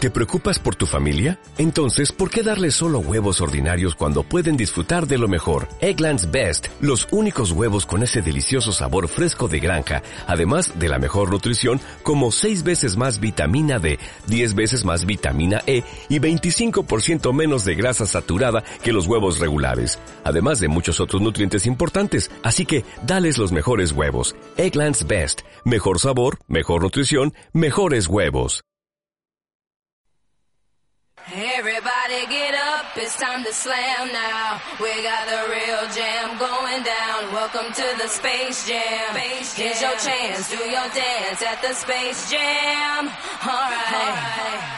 ¿Te preocupas por tu familia? Entonces, ¿por qué darles solo huevos ordinarios cuando pueden disfrutar de lo mejor? Eggland's Best, los únicos huevos con ese delicioso sabor fresco de granja, además de la mejor nutrición, como 6 veces más vitamina D, 10 veces más vitamina E y 25% menos de grasa saturada que los huevos regulares, además de muchos otros nutrientes importantes. Así que, dales los mejores huevos. Eggland's Best, mejor sabor, mejor nutrición, mejores huevos. Everybody get up, it's time to slam now. We got the real jam going down. Welcome to the Space Jam. Here's your chance, do your dance at the Space Jam. All right.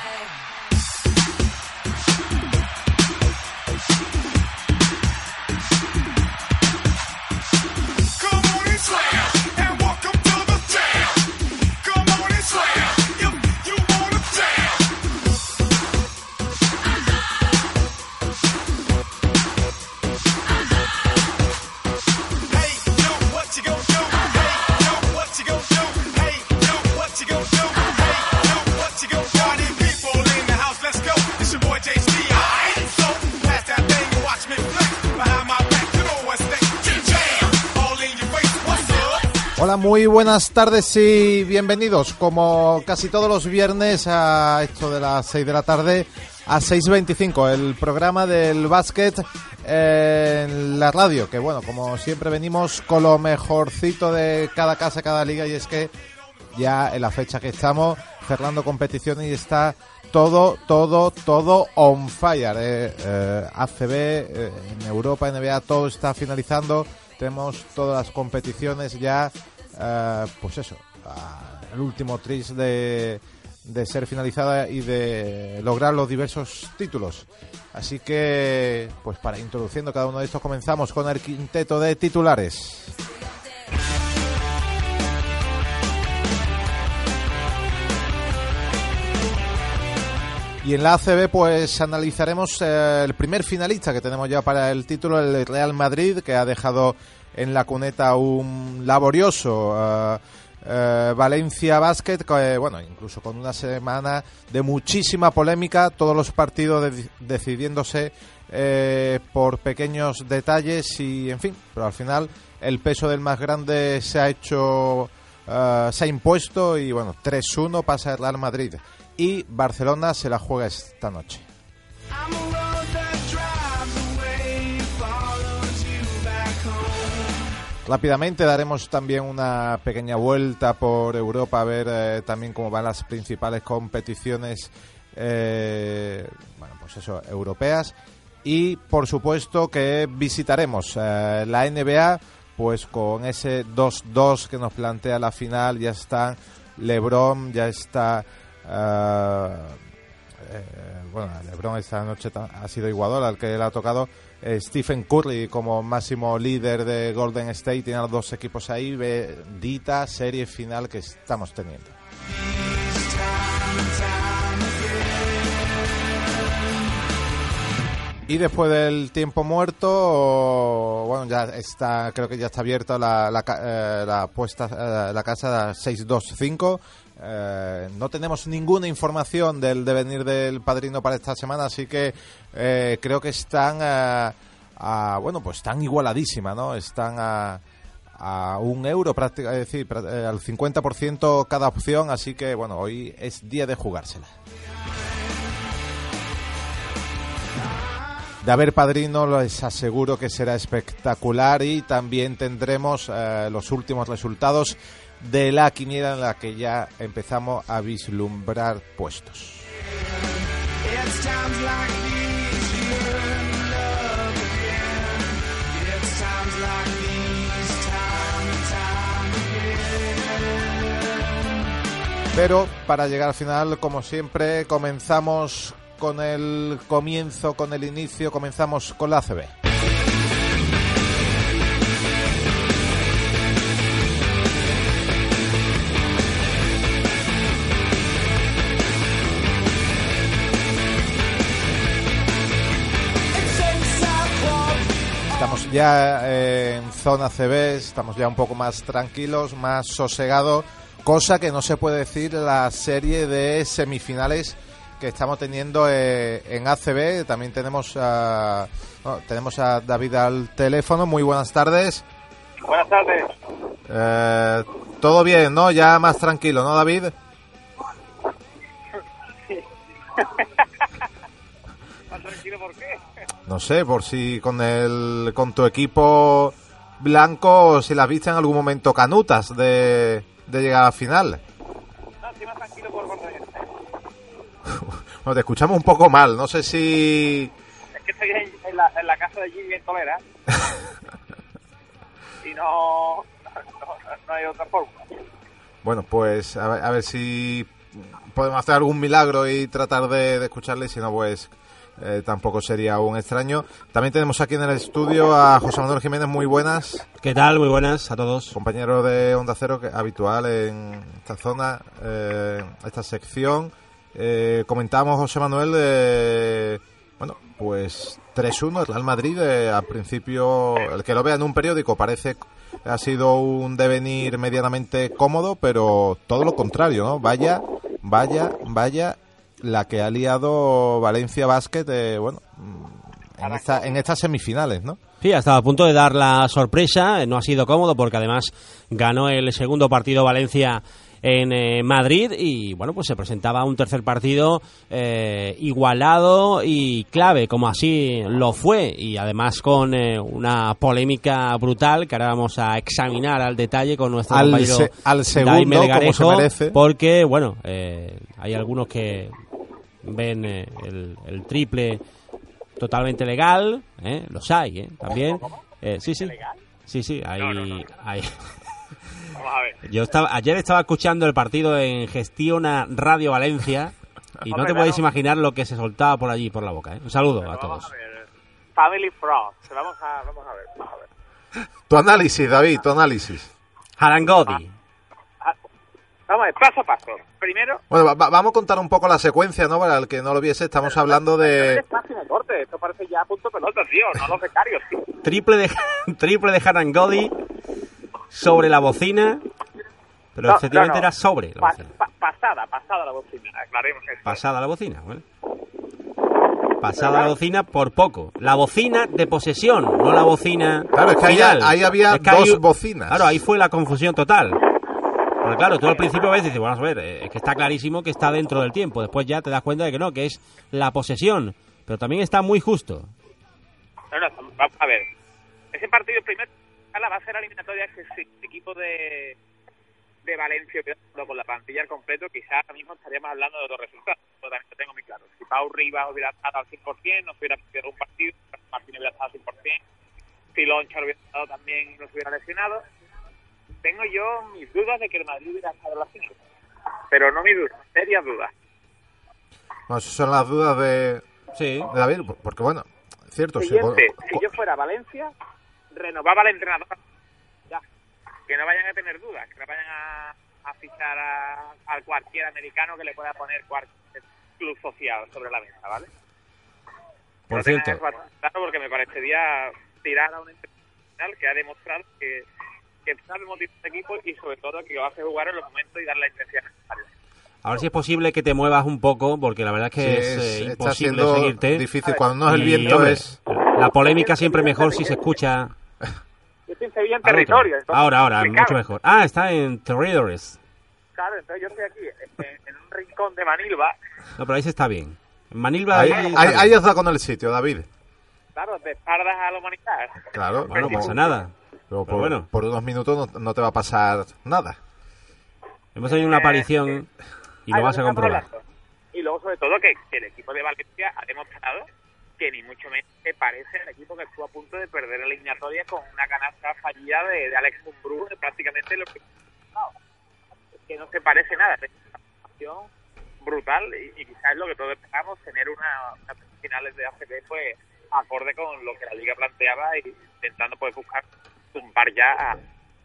Hola, muy buenas tardes y bienvenidos, como casi todos los viernes a esto de las 6 de la tarde, a 6:25, el programa del básquet en la radio, que bueno, como siempre venimos con lo mejorcito de cada casa, cada liga, y es que ya en la fecha que estamos cerrando competiciones y está todo on fire. ACB, en Europa, NBA, todo está finalizando, tenemos todas las competiciones ya. Pues eso, el último tris de ser finalizada y de lograr los diversos títulos. Así que, pues para introduciendo cada uno de estos, comenzamos con el quinteto de titulares. Y en la ACB pues analizaremos el primer finalista que tenemos ya para el título, el Real Madrid, que ha dejado en la cuneta un laborioso Valencia Basket, bueno, incluso con una semana de muchísima polémica, todos los partidos decidiéndose por pequeños detalles y, en fin, pero al final el peso del más grande se ha impuesto y, bueno, 3-1 pasa el Real Madrid y Barcelona se la juega esta noche. Rápidamente daremos también una pequeña vuelta por Europa a ver también cómo van las principales competiciones bueno, pues eso, europeas, y por supuesto que visitaremos la NBA, pues con ese 2-2 que nos plantea la final. Ya está LeBron, ya está bueno, LeBron esta noche ha sido Iguodala al que le ha tocado, Stephen Curry como máximo líder de Golden State. Tiene a los dos equipos ahí. Bendita serie final que estamos teniendo. Y después del tiempo muerto, bueno, ya está, creo que ya está abierta la puesta, la casa 625. No tenemos ninguna información del devenir del Padrino para esta semana, así que creo que están bueno, pues están igualadísimas, ¿no? Están a €1 prácticamente, es decir, al 50% cada opción, así que bueno, hoy es día de jugársela. De haber Padrino, les aseguro que será espectacular, y también tendremos los últimos resultados de la quiniela en la que ya empezamos a vislumbrar puestos. Pero para llegar al final, como siempre, comenzamos con el comienzo, con el inicio, comenzamos con la ACB. Estamos ya en zona CB, estamos ya un poco más tranquilos, más sosegados, cosa que no se puede decir la serie de semifinales que estamos teniendo en ACB. También tenemos a David al teléfono. Muy buenas tardes. Buenas tardes. Todo bien, ¿no? Ya más tranquilo, ¿no, David? ¿Más tranquilo por qué? No sé, por si con tu equipo blanco, si las viste en algún momento canutas de llegar a final. No, estoy más tranquilo por Bordoñez. Bueno, te escuchamos un poco mal, no sé si... Es que estoy en la casa de Jimmy en Tolera. Y no hay otra forma. Bueno, pues a ver si podemos hacer algún milagro y tratar de escucharle, si no, pues tampoco sería un extraño. También tenemos aquí en el estudio a José Manuel Jiménez. Muy buenas. ¿Qué tal? Muy buenas a todos. Compañero de Onda Cero, que habitual en esta zona, esta sección. Comentamos, José Manuel, bueno, pues 3-1 el Real Madrid. Al principio, el que lo vea en un periódico parece ha sido un devenir medianamente cómodo, pero todo lo contrario, ¿no? Vaya la que ha liado Valencia Basket, bueno, en estas semifinales, ¿no? Sí, ha estado a punto de dar la sorpresa. No ha sido cómodo porque además ganó el segundo partido Valencia en Madrid y bueno, pues se presentaba un tercer partido igualado y clave, como así lo fue, y además con una polémica brutal que ahora vamos a examinar al detalle con nuestro compañero al segundo, como se merece, porque bueno, hay algunos que ven el triple totalmente legal, los hay, también. Sí, ¿Legal? Sí, hay. Vamos a ver. Ayer estaba escuchando el partido en Gestiona Radio Valencia y no te podéis imaginar lo que se soltaba por allí, por la boca. Un saludo a todos. Vamos a ver. Family Fraud. Vamos a ver. Tu análisis, David, tu análisis. Harangodi. Vamos a ver, paso a paso. Primero... Bueno, vamos a contar un poco la secuencia, ¿no? Para el que no lo viese, estamos hablando de... Esto parece ya punto pelota, tío, no los becarios, tío. Triple de Harangodi sobre la bocina, pero efectivamente era sobre la bocina. Pasada la bocina, aclaremos eso. Pasada la bocina, ¿vale? Pasada la bocina por poco. La bocina de posesión, no la bocina Claro, es que final. ahí había dos bocinas. Claro, ahí fue la confusión total. Porque claro, tú al principio ves y dices, bueno, a ver, es que está clarísimo que está dentro del tiempo. Después ya te das cuenta de que no, que es la posesión. Pero también está muy justo. No, vamos a ver. Ese partido primero va a ser eliminatoria que si el equipo de Valencia hubiera estado con la plantilla al completo, quizás ahora mismo estaríamos hablando de otros resultados. Yo también lo tengo muy claro. Si Pau Rivas hubiera estado al 100%, no se hubiera perdido un partido, Martín hubiera estado al 100%, si Loncha hubiera estado también, no se hubiera lesionado. Tengo yo mis dudas de que el Madrid hubiera estado en la final. Pero no mis dudas, serias dudas. Bueno, esas son las dudas de David, porque bueno, es cierto. Si yo fuera Valencia, renovaba al entrenador. Ya. Que no vayan a tener dudas, que no vayan a fichar a cualquier americano que le pueda poner cualquier club social sobre la mesa, ¿vale? Por cierto. Claro, porque me parecería tirar a un entrenador que ha demostrado que sabe motivar al equipo y sobre todo que lo hace jugar en los momentos y dar la intención necesaria. A ver si es posible que te muevas un poco, porque la verdad es que es imposible seguirte. Difícil, cuando no es el viento, hombre, es... La polémica siempre mejor si se escucha... Yo estoy en Sevilla en territorio. Ahora, mucho mejor. Está en Territories. Claro, entonces yo estoy aquí, en un rincón de Manilva. No, pero ahí se está bien. En Manilva... Ahí os da con el sitio, David. Claro, de espaldas a la humanidad. Claro. Bueno, no pasa nada. Pero por unos minutos no te va a pasar nada. Hemos tenido una aparición y lo vas a comprobar. Y luego, sobre todo, que el equipo de Valencia ha demostrado que ni mucho menos se parece al equipo que estuvo a punto de perder la eliminatoria con una canasta fallida de Alex Mumbrú, prácticamente lo que... No, es que no se parece nada. Es una situación brutal y quizás es lo que todos esperamos, tener unas finales de ACB pues acorde con lo que la Liga planteaba y intentando pues buscar tumbar ya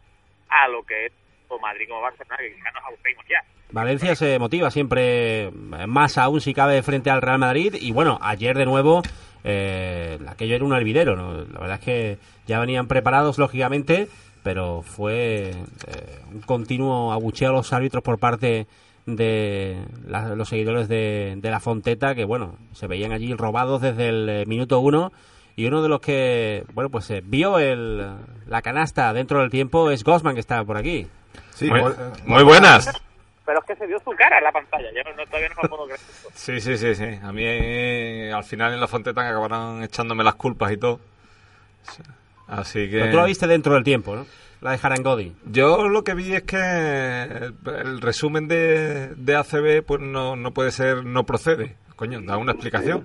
a lo que es o Madrid como Barcelona, que quizás nos aburrimos ya. Valencia se motiva siempre más aún si cabe frente al Real Madrid y bueno, ayer de nuevo aquello era un hervidero, ¿no? La verdad es que ya venían preparados lógicamente, pero fue un continuo abucheo a los árbitros por parte de los seguidores de la Fonteta, que bueno, se veían allí robados desde el minuto 1, y uno de los que, bueno, pues vio la canasta dentro del tiempo es Gosman, que está por aquí. Sí, muy buenas. Pero es que se vio su cara en la pantalla, yo todavía no me puedo creer. Sí. A mí al final en la Fonteta acabaron echándome las culpas y todo. Así que... Pero tú la viste dentro del tiempo, ¿no? La de Harangodi. Yo lo que vi es que el resumen de ACB pues no puede ser, no procede. Coño, da una explicación.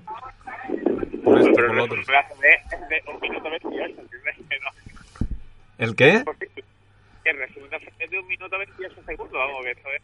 Por esto, Pero por lo otro. el ACB es de 1 minuto 28, ¿entiendes? No. ¿El qué? El resumen de ACB es de 1 minuto 28 segundos, vamos, que eso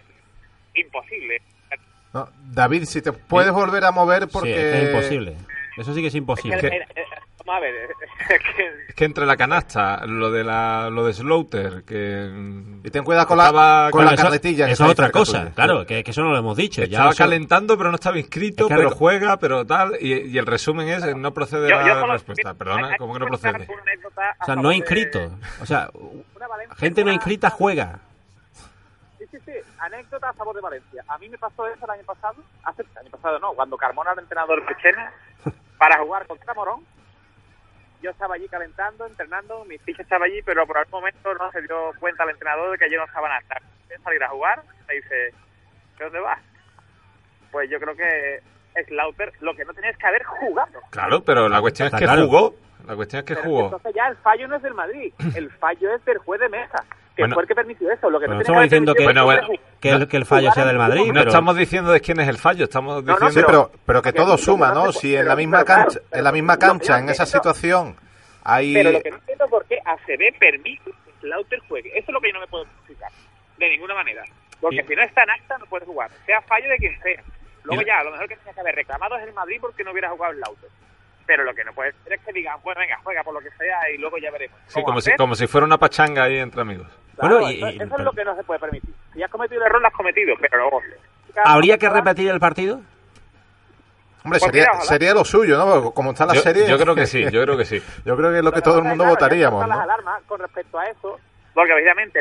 es imposible. No, David, si te puedes volver a mover porque... Sí, es imposible. Eso sí que es imposible. Vamos a ver, Es que entre la canasta, lo de Slaughter, que... Y ten cuidado con la eso, carretilla. Eso es otra cosa, claro, que eso no lo hemos dicho. Estaba ya calentando, pero no estaba inscrito, es que pero juega, pero tal, y el resumen es, no procede la respuesta. solo- Perdona, ¿cómo que no procede? O sea, no inscrito. O sea, gente no inscrita juega. Sí, anécdota a favor de Valencia. A mí me pasó eso el año pasado, cuando Carmona era entrenador de Chena, para jugar contra Morón. Yo estaba allí calentando, entrenando, mi ficha estaba allí, pero por algún momento no se dio cuenta el entrenador de que yo no estaba nada. Voy a salir a jugar, me dice, ¿de dónde vas? Pues yo creo que Slaughter lo que no tenía es que haber jugado. Claro, pero la cuestión es que claro. jugó. La cuestión es que Pero jugó. entonces ya el fallo no es del Madrid, el fallo es del juez de mesa, que Bueno, fue el que permitió eso. Lo que Bueno, no estamos diciendo que, Bueno, que el fallo sea del Madrid, No pero estamos diciendo de quién es el fallo, estamos diciendo... Sí, pero que todo suma, ¿no? Si en la misma cancha, en esa situación, hay... Pero lo que no entiendo es por qué ACB permite que Slaughter juegue. Eso es lo que yo no me puedo explicar. De ninguna manera. Porque si no está en acta, no puede jugar. Sea fallo de quien sea. Luego ya, a lo mejor que tenía que haber reclamado es el Madrid porque no hubiera jugado Slaughter. Pero lo que no puede ser es que digan, bueno, venga, juega por lo que sea y luego ya veremos. Sí, como si fuera una pachanga ahí entre amigos. Claro, Bueno, eso es lo que no se puede permitir. Si has cometido el error, lo has cometido, pero luego... ¿habría que repetir el partido? Hombre, Pues mira, sería lo suyo, ¿no? Como está la serie... Yo creo que sí. Yo creo que es lo que todo el mundo votaríamos, ¿no? ¿no? Las alarmas con respecto a eso, porque obviamente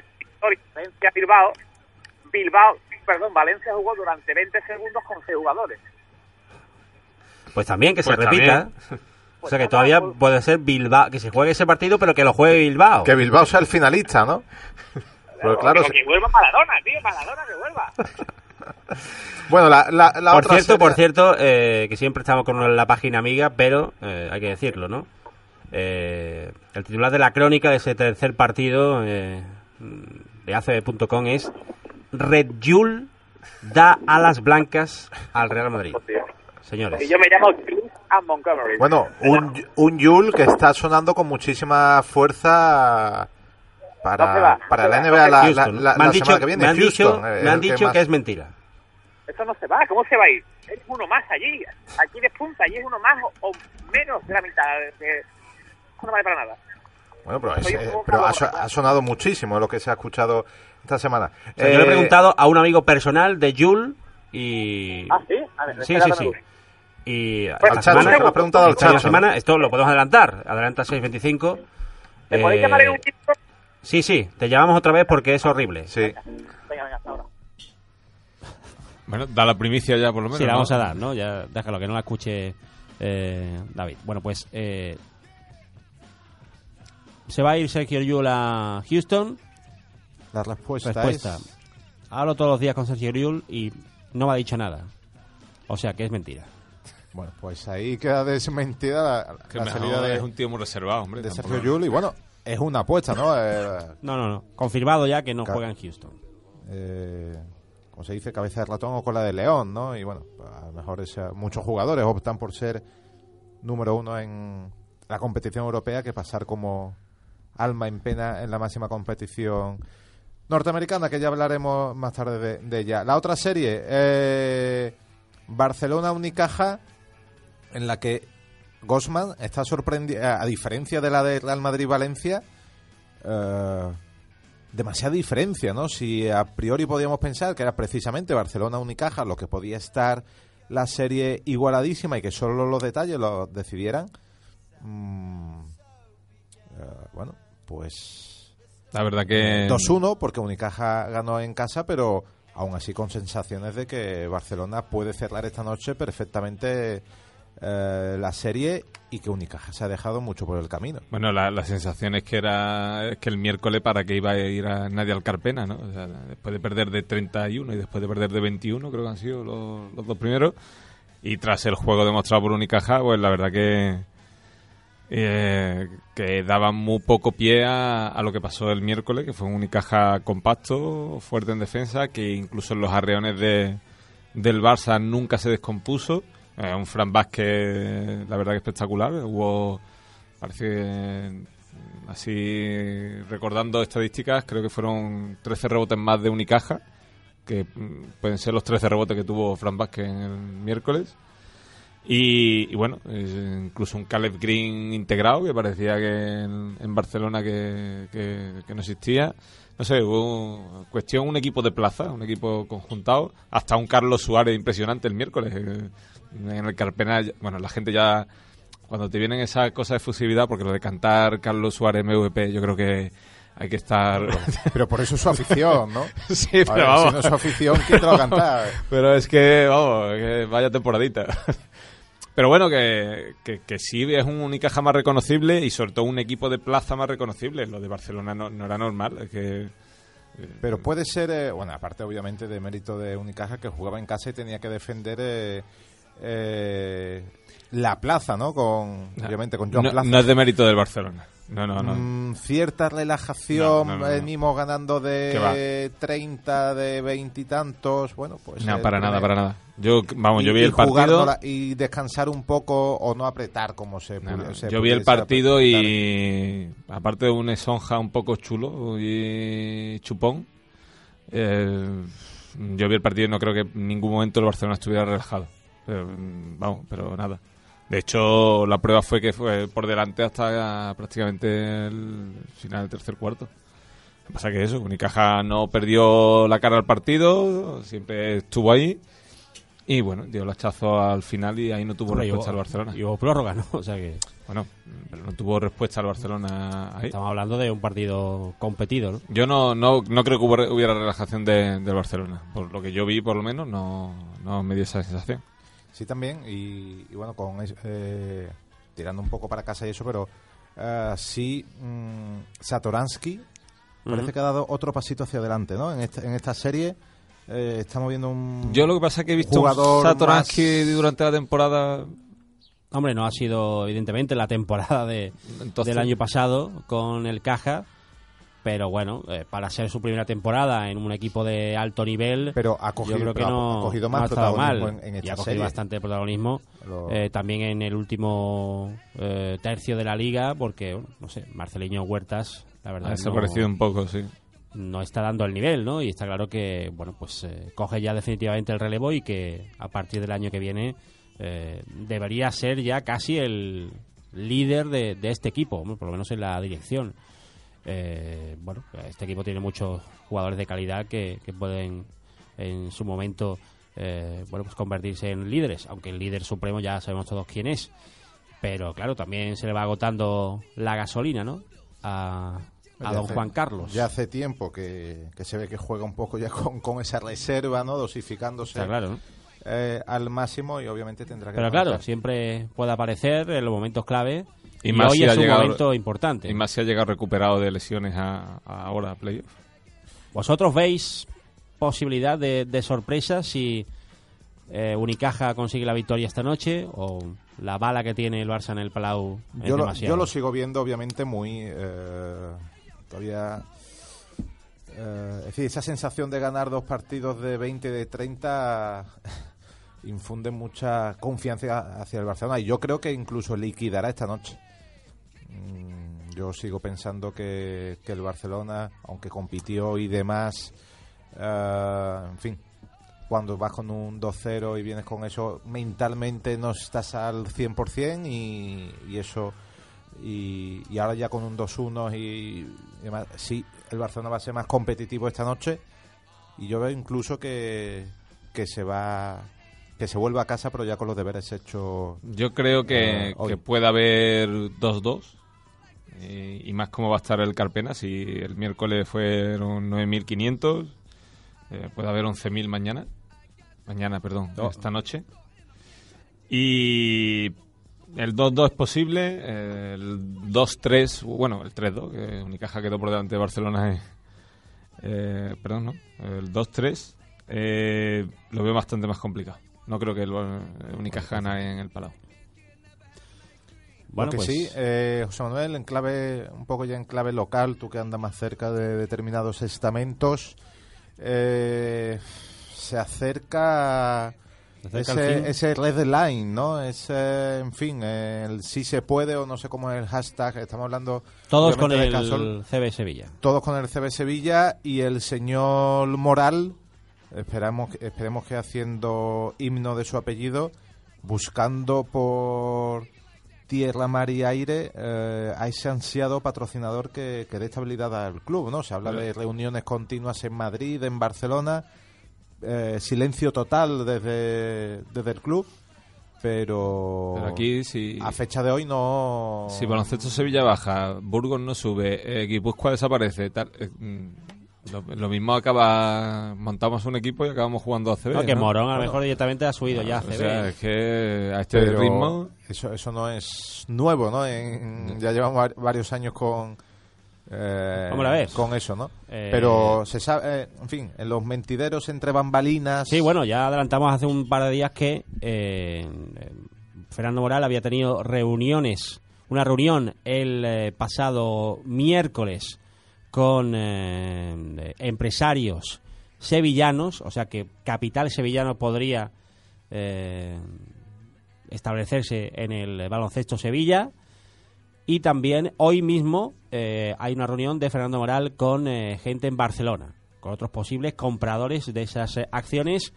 Valencia jugó durante 20 segundos con 6 jugadores. Pues también que se Pues repita. O sea, que todavía puede ser Bilbao, que se juegue ese partido, pero que lo juegue Bilbao. Que Bilbao sea el finalista, ¿no? Pero claro... Que vuelva Maradona, tío, Maradona que vuelva. Bueno, la Por otra cierto, que siempre estamos con la página amiga, pero hay que decirlo, ¿no? El titular de la crónica de ese tercer partido de acb.com es Red Bull da alas blancas al Real Madrid. Señores. Y yo me llamo Chris and Montgomery. Bueno, un Yul que está sonando con muchísima fuerza para la NBA la semana que viene. Me han dicho Houston, que es mentira. Eso no se va, ¿cómo se va a ir? Es uno más allí, aquí de punta, allí es uno más o menos de la mitad. Eso no vale para nada. Bueno, pero ha sonado muchísimo lo que se ha escuchado esta semana. O sea, yo le he preguntado a un amigo personal de Yul y... ¿Ah, sí? A ver, Sí. Y Pues, al Chacho, se lo has preguntado al esta Chacho. semana, esto lo podemos adelantar. Adelanta 6:25. ¿Me podéis llamar en un tiempo? Sí, te llamamos otra vez porque es horrible. Sí. Venga, hasta ahora. Bueno, da la primicia ya por lo menos. Sí, la ¿no? vamos a dar, ¿no? Ya déjalo, que no la escuche David. Bueno, pues se va a ir Sergio Llull a Houston. La respuesta es... Hablo todos los días con Sergio Llull y no me ha dicho nada. O sea, que es mentira. Bueno, pues ahí queda desmentida Que la mejor salida es un tío muy reservado, hombre. de tampoco- Sergio Llull. Y bueno, es una apuesta, ¿no? No. Confirmado ya que no Claro. juega en Houston. Como se dice, cabeza de ratón o cola de león, ¿no? Y bueno, a lo mejor muchos jugadores optan por ser número uno en la competición europea que pasar como alma en pena en la máxima competición norteamericana, que ya hablaremos más tarde de ella. La otra serie, Barcelona-Unicaja, en la que Gosman está sorprendido, a diferencia de la de Real Madrid-Valencia, demasiada diferencia, ¿no? Si a priori podíamos pensar que era precisamente Barcelona-Unicaja lo que podía estar la serie igualadísima y que solo los detalles lo decidieran, pues La verdad que... 2-1, porque Unicaja ganó en casa, pero aún así con sensaciones de que Barcelona puede cerrar esta noche perfectamente la serie y que Unicaja se ha dejado mucho por el camino. Bueno, la sensación es que el miércoles para que iba a ir a nadie al Carpena, ¿no? O sea, después de perder de 31 y después de perder de 21, creo que han sido los dos primeros, y tras el juego demostrado por Unicaja, pues la verdad que daba muy poco pie a lo que pasó el miércoles, que fue un Unicaja compacto, fuerte en defensa, que incluso en los arreones del Barça nunca se descompuso. Un Fran Vázquez, la verdad que espectacular. Parece así, recordando estadísticas, creo que fueron 13 rebotes más de Unicaja, que pueden ser los 13 rebotes que tuvo Fran Vázquez en el miércoles. Y bueno, incluso un Caleb Green integrado, que parecía que en Barcelona que no existía. No sé, hubo cuestión un equipo de plaza, un equipo conjuntado, hasta un Carlos Suárez impresionante el miércoles. En el Carpena, bueno, la gente ya, cuando te vienen esas cosas de efusividad, porque lo de cantar Carlos Suárez MVP, yo creo que hay que estar... Pero por eso es su afición, ¿no? Sí, pero ver, vamos. si no es su afición, ¿quién te lo va a cantar? Pero es que, vamos, que vaya temporadita. Pero bueno, que sí es un Unicaja más reconocible y sobre todo un equipo de plaza más reconocible. Lo de Barcelona no era normal, es que... Pero puede ser, bueno, aparte obviamente de mérito de Unicaja, que jugaba en casa y tenía que defender la plaza, ¿no? Obviamente con Joan Plaza. No es de mérito del Barcelona. No. Cierta relajación, No. venimos ganando de 30, de 20 y tantos, bueno, pues... No, para nada. Yo vi el partido... Y descansar un poco o no apretar como se yo vi el partido y aparte de un Esonja un poco chulo y chupón, yo vi el partido y no creo que en ningún momento el Barcelona estuviera relajado. Pero nada. De hecho, la prueba fue que fue por delante hasta prácticamente el final del tercer cuarto. Lo que pasa que eso, Unicaja no perdió la cara al partido, siempre estuvo ahí. Y bueno, dio el hachazo al final y ahí no tuvo respuesta al Barcelona. Y hubo prórroga, ¿no? O sea que... Bueno, pero no tuvo respuesta al Barcelona ahí. Estamos hablando de un partido competido, ¿no? Yo no creo que hubiera relajación del Barcelona. Por lo que yo vi, por lo menos, no me dio esa sensación. Sí, también, y bueno, tirando un poco para casa y eso, pero sí, Satoransky parece que ha dado otro pasito hacia adelante, ¿no? En esta serie estamos viendo un Yo lo que pasa es que he visto un Satoransky durante la temporada... Hombre, no ha sido, evidentemente, la temporada del año pasado con el Caja, pero bueno, para ser su primera temporada en un equipo de alto nivel, pero yo creo que no ha cogido más protagonismo en esta y ha cogido serie. bastante protagonismo también en el último tercio de la liga, porque, bueno, no sé, Marceliño Huertas, la verdad, ha desaparecido un poco, sí. No está dando el nivel, ¿no? Y está claro que, bueno, pues coge ya definitivamente el relevo y que a partir del año que viene debería ser ya casi el líder de este equipo, por lo menos en la dirección. Bueno, este equipo tiene muchos jugadores de calidad que pueden en su momento pues convertirse en líderes, aunque el líder supremo ya sabemos todos quién es, pero claro, también se le va agotando la gasolina, ¿no? A don Juan Carlos. Ya hace tiempo que se ve que juega un poco ya con esa reserva, ¿no? Dosificándose. Está claro, ¿no? Al máximo, y obviamente tendrá que... Pero claro, siempre puede aparecer en los momentos clave. Y más hoy si es un momento importante. Y más si ha llegado recuperado de lesiones ahora a playoff. ¿Vosotros veis posibilidad de sorpresa si Unicaja consigue la victoria esta noche o la bala que tiene el Barça en el Palau es demasiado? Yo lo sigo viendo obviamente muy... todavía... es decir, esa sensación de ganar 2 partidos de 20, de 30... infunde mucha confianza hacia el Barcelona y yo creo que incluso liquidará esta noche. Yo sigo pensando que el Barcelona, aunque compitió y demás, en fin, cuando vas con un 2-0 y vienes con eso, mentalmente no estás al 100% y eso, y ahora ya con un 2-1 y demás, sí, el Barcelona va a ser más competitivo esta noche y yo veo incluso que se vuelva a casa, pero ya con los deberes hechos. Yo creo que puede haber 2-2 y más cómo va a estar el Carpena. Si el miércoles fueron 9.500, Puede haber 11.000 esta noche. Y el 2-2 es posible, el 2-3, bueno, el 3-2, que Unicaja quedó por delante de Barcelona. El 2-3 lo veo bastante más complicado. No creo que el Unicaja gane en el Palau. Bueno, pues sí, José Manuel, un poco ya en clave local, tú que andas más cerca de determinados estamentos, se acerca ese red line, ¿no? En fin, el sí se puede, o no sé cómo es el hashtag, estamos hablando... Todos con el CB Sevilla. Todos con el CB Sevilla, y el señor Moral, esperemos que haciendo himno de su apellido, buscando por tierra, mar y aire a ese ansiado patrocinador que dé estabilidad al club, ¿no? Se habla de reuniones continuas en Madrid, en Barcelona, silencio total desde el club, pero aquí a fecha de hoy no... Si Baloncesto Sevilla baja, Burgos no sube, Guipúzcoa desaparece, lo mismo montamos un equipo y acabamos jugando a CB. No, que Morón a lo mejor directamente ha subido ya a CB. O sea, es que a este ritmo... Eso no es nuevo, ¿no? Ya llevamos varios años con eso, ¿no? Pero se sabe, en fin, en los mentideros entre bambalinas... Sí, bueno, ya adelantamos hace un par de días que Fernando Moral había tenido una reunión el pasado miércoles con empresarios sevillanos, o sea que capital sevillano podría establecerse en el Baloncesto Sevilla. Y también hoy mismo hay una reunión de Fernando Moral con gente en Barcelona, con otros posibles compradores de esas acciones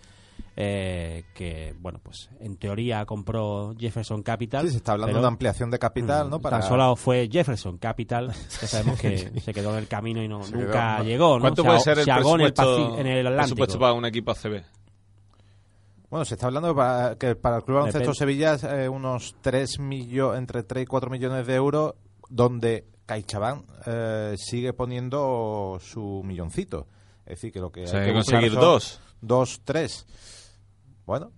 que, bueno, pues en teoría compró Jefferson Capital. Sí, se está hablando de una ampliación de capital, ¿no? Tan solo fue Jefferson Capital, ya sabemos que se quedó en el camino y nunca llegó, ¿no? ¿Cuánto puede ser el presupuesto Atlántico para un equipo ACB? Bueno, se está hablando que para el Club Baloncesto Sevilla unos entre 3 y 4 millones de euros, donde CaixaBank sigue poniendo su milloncito. Es decir, que lo que hay que conseguir dos, tres. Bueno,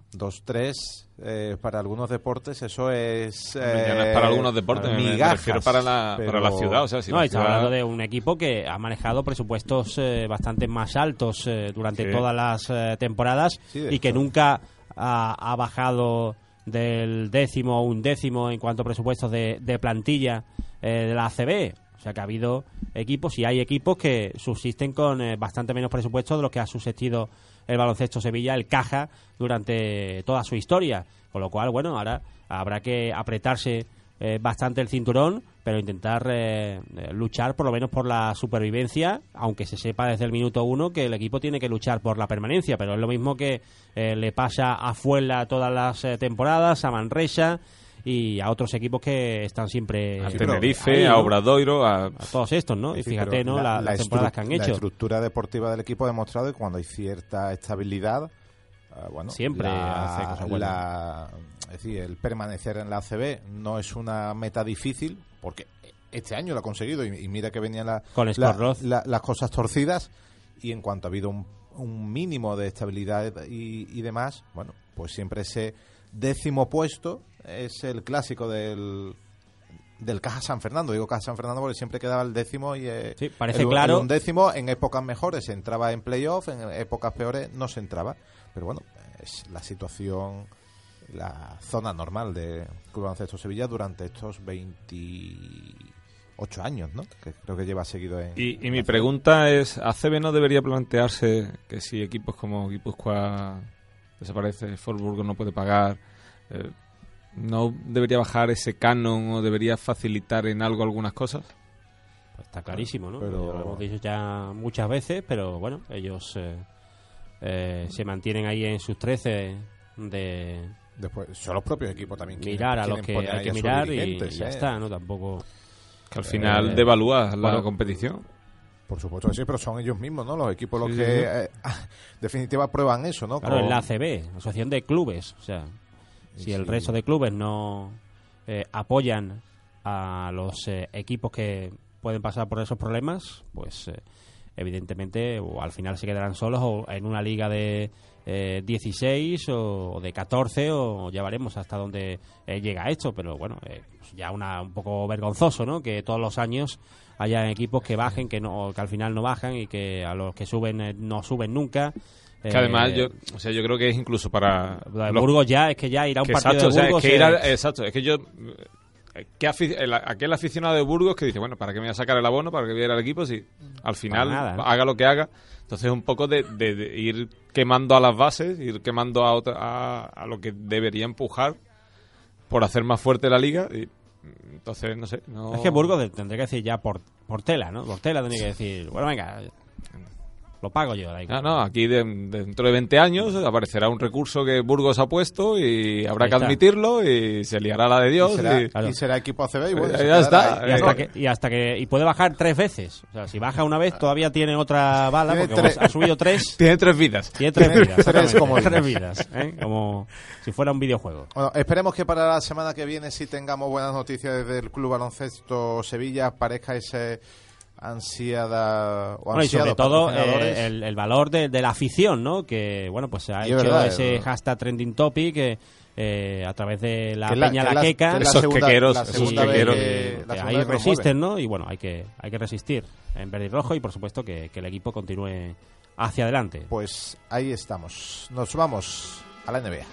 2-3 para algunos deportes, eso es... millones para algunos deportes, migajas, me refiero para la ciudad. O sea, si estamos hablando de un equipo que ha manejado presupuestos bastante más altos durante todas las temporadas, y que nunca ha bajado del 10º o 11º en cuanto a presupuestos de plantilla de la ACB. O sea que ha habido equipos, y hay equipos que subsisten con bastante menos presupuestos de los que ha subsistido el Baloncesto Sevilla, el Caja, durante toda su historia. Con lo cual, bueno, ahora habrá que apretarse bastante el cinturón, pero intentar luchar por lo menos por la supervivencia, aunque se sepa desde el minuto 1 que el equipo tiene que luchar por la permanencia. Pero es lo mismo que le pasa a Fuenla todas las temporadas, a Manresa y a otros equipos que están siempre a Tenerife, ahí, ¿no? A Obradoiro, a todos estos, ¿no? Y fíjate, ¿no? Las temporadas que han hecho. La estructura deportiva del equipo ha demostrado que cuando hay cierta estabilidad, bueno, siempre hace cosas buenas. Es decir, el permanecer en la ACB no es una meta difícil, porque este año lo ha conseguido, y mira que venían las cosas torcidas, y en cuanto ha habido un mínimo de estabilidad y demás, bueno, pues siempre ese 10º puesto es el clásico del Caja San Fernando. Digo Caja San Fernando porque siempre quedaba el 10º y sí, parece claro. El 11º en épocas mejores se entraba en playoff, en épocas peores no se entraba. Pero bueno, es la situación, la zona normal de Club Baloncesto Sevilla durante estos 28 años, ¿no? Que creo que lleva seguido en... Y mi pregunta es, ¿ACB no debería plantearse que si equipos como Guipúzcoa desaparece, Burgos no puede pagar, no debería bajar ese canon o debería facilitar en algo algunas cosas? Pues está clarísimo, ¿no? Pero... Lo hemos dicho ya muchas veces, pero bueno, ellos se mantienen ahí en sus 13 de... Después son los propios equipos también mirar a los que hay que mirar y ya está, ¿no? Tampoco... Que al final devalúa la competición. Por supuesto que sí, pero son ellos mismos, ¿no? Los equipos los que en definitiva prueban eso, ¿no? Claro, en la ACB, Asociación de Clubes, o sea, si el resto de clubes no apoyan a los equipos que pueden pasar por esos problemas, pues evidentemente o al final se quedarán solos o en una liga de 16 o de 14 o ya veremos hasta dónde llega esto, pero bueno, ya un poco vergonzoso, ¿no? Que todos los años haya equipos que bajen, que al final no bajan y que a los que suben no suben nunca. Que además yo creo que es incluso para Burgos ya ir a un partido de Burgos es que yo aquel aficionado de Burgos que dice, bueno, ¿para qué me voy a sacar el abono? ¿Para qué voy a ir al equipo? Si al final nada, ¿no? haga lo que haga. Entonces un poco de ir quemando a las bases, ir quemando a lo que debería empujar por hacer más fuerte la liga. Y entonces, no sé. No... Es que Burgos tendría que decir ya por tela, ¿no? Por tela tendría que decir, bueno, venga, lo pago yo. No, aquí dentro de 20 años aparecerá un recurso que Burgos ha puesto y habrá que admitirlo y se liará la de Dios. Y será equipo ACB y bueno, ya está. Y puede bajar 3 veces. O sea, si baja una vez todavía tiene otra bala porque ha subido 3. Tiene 3 vidas. Tiene 3 vidas. 3 vidas. Como si fuera un videojuego. Bueno, esperemos que para la semana que viene sí tengamos buenas noticias desde el Club Baloncesto Sevilla, aparezca ese ansiada y sobre todo el valor de la afición, ¿no? Que bueno, pues se ha hecho ese hashtag trending topic a través de la Peña La Queca, esos quequeros que ahí resisten, ¿no? Y bueno, hay que resistir en verde y rojo y por supuesto que el equipo continúe hacia adelante. Pues ahí estamos, nos vamos a la NBA.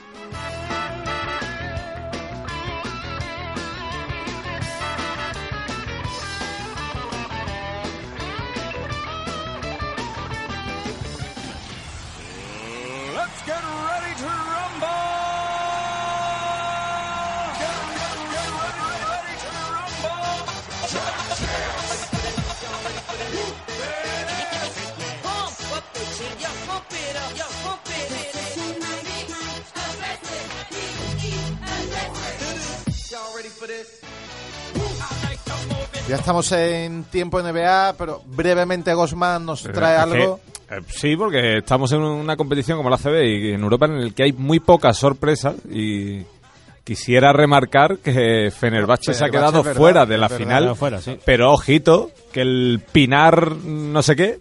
Ya estamos en tiempo NBA, pero brevemente Gosman nos trae algo. Sí, porque estamos en una competición como la ACB y en Europa en el que hay muy pocas sorpresas y quisiera remarcar que Fenerbahce se ha quedado fuera de la final, sí. Pero ojito, que el Pinar no sé qué,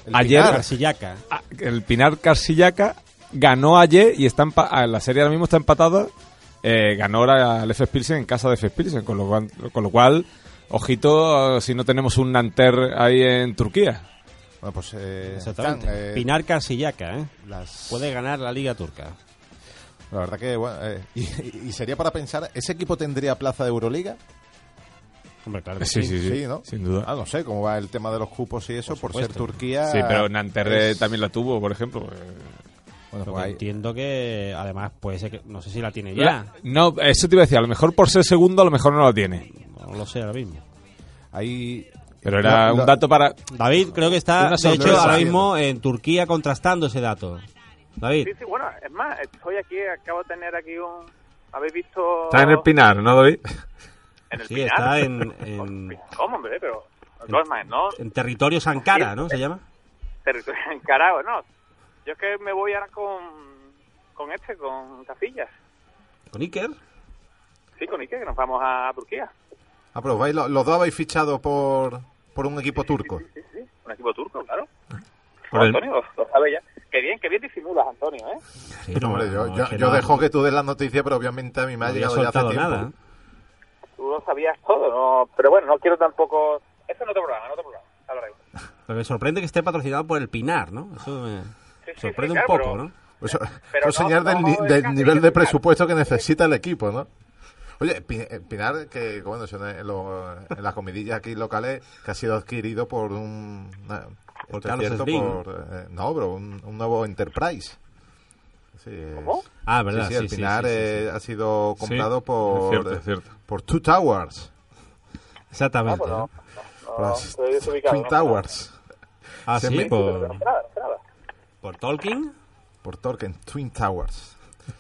el Pinar Karsillaca ganó ayer y la serie ahora mismo está empatada, ganó ahora al FS Pilsen en casa de FS Pilsen, con lo cual ojito si no tenemos un Nanterre ahí en Turquía. Bueno, pues exactamente. Pinar Karsillaca, puede ganar la Liga Turca. La verdad que bueno, y sería para pensar, ¿ese equipo tendría plaza de Euroliga? Hombre, claro que sí, ¿no? Sin duda. No sé cómo va el tema de los cupos y eso, por ser Turquía. Sí, pero Nanterre también la tuvo, por ejemplo. Bueno, pues entiendo que además puede ser que no sé si la tiene ya. No, eso te iba a decir, a lo mejor por ser segundo a lo mejor no la tiene. No lo sé ahora mismo. Ahí pero era un dato para David, creo que está de hecho ahora mismo en Turquía contrastando ese dato. David. Sí, bueno, es más, estoy aquí, acabo de tener aquí ¿habéis visto? Está en el Pinar, ¿no, David? En el sí, Pinar. está en ¿Cómo, hombre? Pero ¿no? En territorio Sankara, ¿no? ¿Se llama? Territorio Sankara, no. Yo es que me voy ahora con Casillas. ¿Con Iker? Sí, con Iker, que nos vamos a Turquía. Ah, pero vais, los dos habéis fichado por un equipo turco. Sí, un equipo turco, claro. Por Antonio, lo sabe ya. Qué bien disimulas, Antonio, ¿eh? Sí, pero, hombre, yo dejo que tú des la noticia, pero obviamente a mí me ha llegado ya hace tiempo. Nada. Tú lo sabías todo, ¿no? Pero bueno, no quiero tampoco... Eso en otro programa. Pero me sorprende que esté patrocinado por el Pinar, ¿no? Eso me sorprende un poco, ¿no? Eso señal del nivel de presupuesto que necesita el equipo, ¿no? Oye, Pinar, que bueno, son en las comidillas aquí locales, que ha sido adquirido por por Carlos Slim. Pero un nuevo Enterprise. Sí, ¿Cómo? Verdad, sí, el Pinar ha sido comprado es cierto. por Two Towers. Exactamente. Twin Towers. Sí, por Tolkien. Por Tolkien, Twin Towers.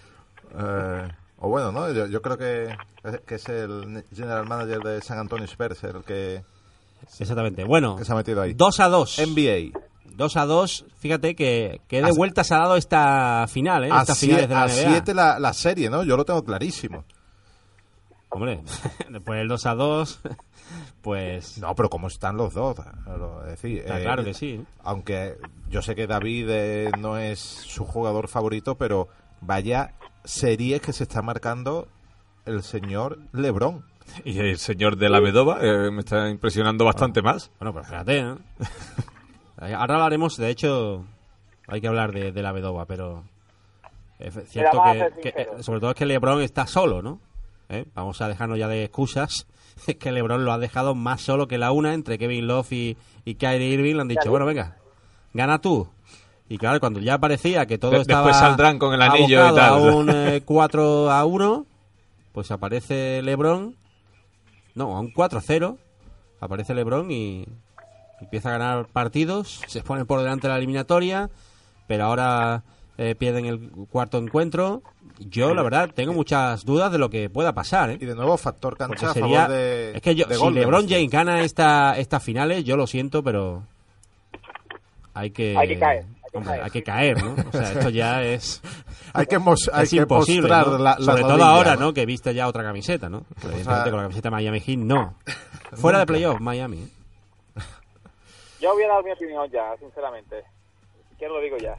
O bueno, ¿no? Yo creo que es el general manager de San Antonio Spurs el que... Exactamente. Bueno, que se ha metido ahí. 2-2. NBA. 2-2. Fíjate que de vuelta se ha dado esta final, ¿eh? Esta final de la NBA. A 7 la serie, ¿no? Yo lo tengo clarísimo. Hombre, después del 2-2, pues... No, pero ¿cómo están los dos? Es decir, claro que sí. Aunque yo sé que David no es su jugador favorito, pero vaya series que se está marcando el señor LeBron. Y el señor de la Vedova me está impresionando bastante más. Bueno, pero fíjate, ¿no? Ahora hablaremos, de hecho, hay que hablar de la Vedova, pero es cierto que sobre todo es que LeBron está solo, ¿no? Vamos a dejarnos ya de excusas. Es que LeBron lo ha dejado más solo que la una entre Kevin Love y Kyrie Irving. Le han dicho, bueno, venga, gana tú. Y claro, cuando ya parecía que todo estaba después saldrán con el anillo y tal. A un 4-1, pues aparece LeBron. No, a un 4-0 aparece LeBron y empieza a ganar partidos. Se pone por delante de la eliminatoria, pero ahora pierden el cuarto encuentro. Yo, la verdad, tengo muchas dudas de lo que pueda pasar, ¿eh? Y de nuevo, factor cancha Porque a favor de... Es que de si Golden LeBron State. James gana estas finales, yo lo siento, pero hay que caer. Hombre, hay que caer, ¿no? O sea, esto ya es... Hay que es imposible, mostrar ¿no? la Sobre todo rodilla, ahora, ¿no? Que viste ya otra camiseta, ¿no? Pero evidentemente con la camiseta Miami Heat, no. Fuera de playoff, Miami, ¿eh? Yo voy a dar mi opinión ya, sinceramente. Si quiero lo digo ya.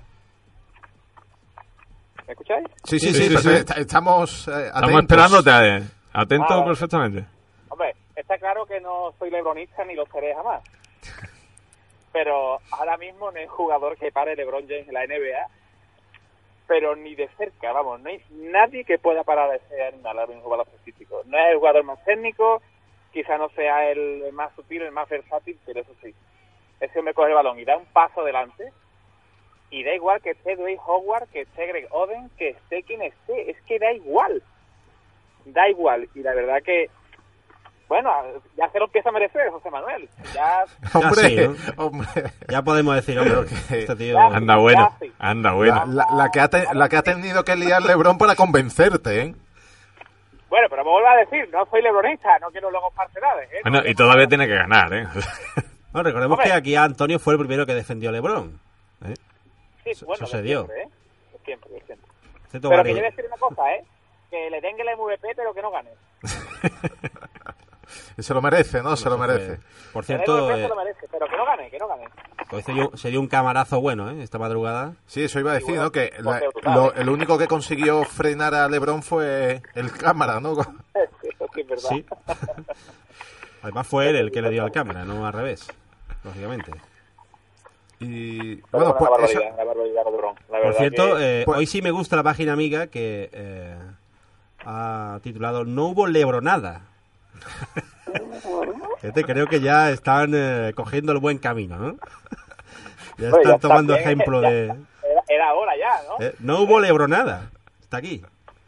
¿Me escucháis? Sí, Sí. estamos Estamos esperándote, atento Vale. perfectamente. Hombre, está claro que no soy lebronista ni lo seré jamás. Pero ahora mismo no hay jugador que pare LeBron James en la NBA, pero ni de cerca, vamos, no hay nadie que pueda parar a ese animal ahora mismo baloncesto. No es el jugador más técnico, quizá no sea el más sutil, el más versátil, pero eso sí, ese hombre coge el balón y da un paso adelante, y da igual que esté Dwight Howard, que esté Greg Oden, que esté quien esté, es que da igual, y la verdad que bueno, ya se lo empieza a merecer, José Manuel. Ya Hombre, sí, ¿no? hombre. Ya podemos decir, hombre, que- este tío... Ya. Anda bueno, sí. anda bueno. La que ha tenido que liar LeBron para convencerte, ¿eh? Bueno, pero me vuelvo a decir, no soy lebronista, no quiero luego falsedades, ¿eh? Bueno, y todavía tiene que ganar, ¿eh? No, recordemos Hombre. que aquí Antonio fue el primero que defendió a LeBron. ¿eh? Sí, bueno, eso se de dio. siempre, ¿eh? De siempre. Excepto Pero Gary. que yo voy a decir una cosa, ¿eh? Que le den el MVP, pero que no gane. Se lo merece, ¿no? Se lo merece. Por Que el cierto, MVP se lo merece, pero que no gane. pues se dio un camarazo bueno, esta madrugada. Sí, eso iba a decir, ¿no? Que porque brutal, el único que consiguió frenar a LeBron fue el cámara, ¿no? Eso sí es verdad. Sí. Además fue él el que le dio al cámara, no al revés, lógicamente. Y Pero bueno, pues eso, una barbaridad, LeBron. La Por verdad cierto, que... pues- hoy sí me gusta la página amiga que ha titulado No hubo lebronada. Creo que ya están cogiendo el buen camino, ¿no? Ya Bueno, están ya tomando está bien, ejemplo ya. de... Era hora ya, ¿no? No hubo lebronada. Está aquí.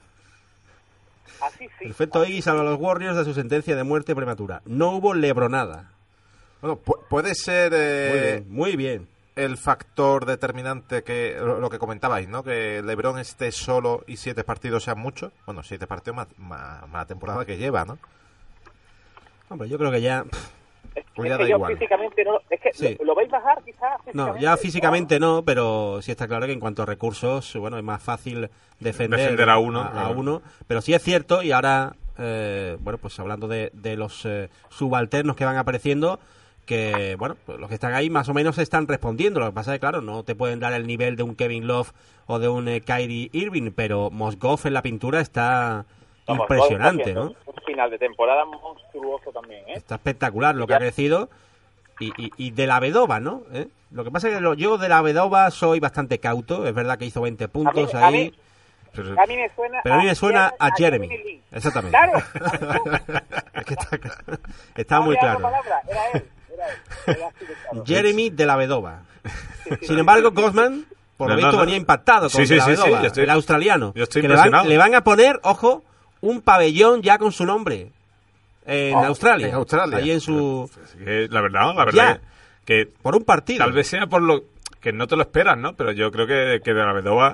Así sí. Perfecto Iggy salva a los Warriors de su sentencia de muerte prematura. No hubo lebronada. bueno, puede ser Muy bien. el factor determinante que lo que comentabais, ¿no? Que LeBron esté solo y 7 partidos sean muchos. Bueno, 7 partidos más la temporada que lleva, ¿no? Hombre, yo creo que ya... Es Pues ya que da yo igual. físicamente no... Es que Sí. lo veis bajar quizás No, ya físicamente no, pero sí está claro que en cuanto a recursos, bueno, es más fácil defender a uno, a claro. uno. Pero sí es cierto, y ahora, bueno, pues hablando de los subalternos que van apareciendo, que, bueno, pues los que están ahí más o menos están respondiendo. Lo que pasa es que, claro, no te pueden dar el nivel de un Kevin Love o de un Kyrie Irving, pero Mozgov en la pintura está Vamos, impresionante, todo ¿no? está haciendo Un final de temporada monstruoso también, ¿eh? Está espectacular lo que ha crecido. Y de la Vedova, ¿no? Lo que pasa es que yo de la Vedova soy bastante cauto. Es verdad que hizo 20 puntos A ahí. Pero- A mí me suena... Pero a mí me suena a Jeremy. Lin. Exactamente. ¡Claro! Es que está muy Había otra claro. palabra, era él. Era así de claro. Jeremy de la Vedova. Sin embargo, Gosman, por lo No, visto, no. venía impactado con Sí, sí, de la sí, sí, Vedova, yo estoy- el australiano. yo estoy que impresionado. le van a poner, ojo, un pabellón ya con su nombre en Australia. en Australia. Ahí en su... Es que la verdad Ya. que Por un partido. tal vez sea por lo que no te lo esperas, ¿no? Pero yo creo que de la Vedova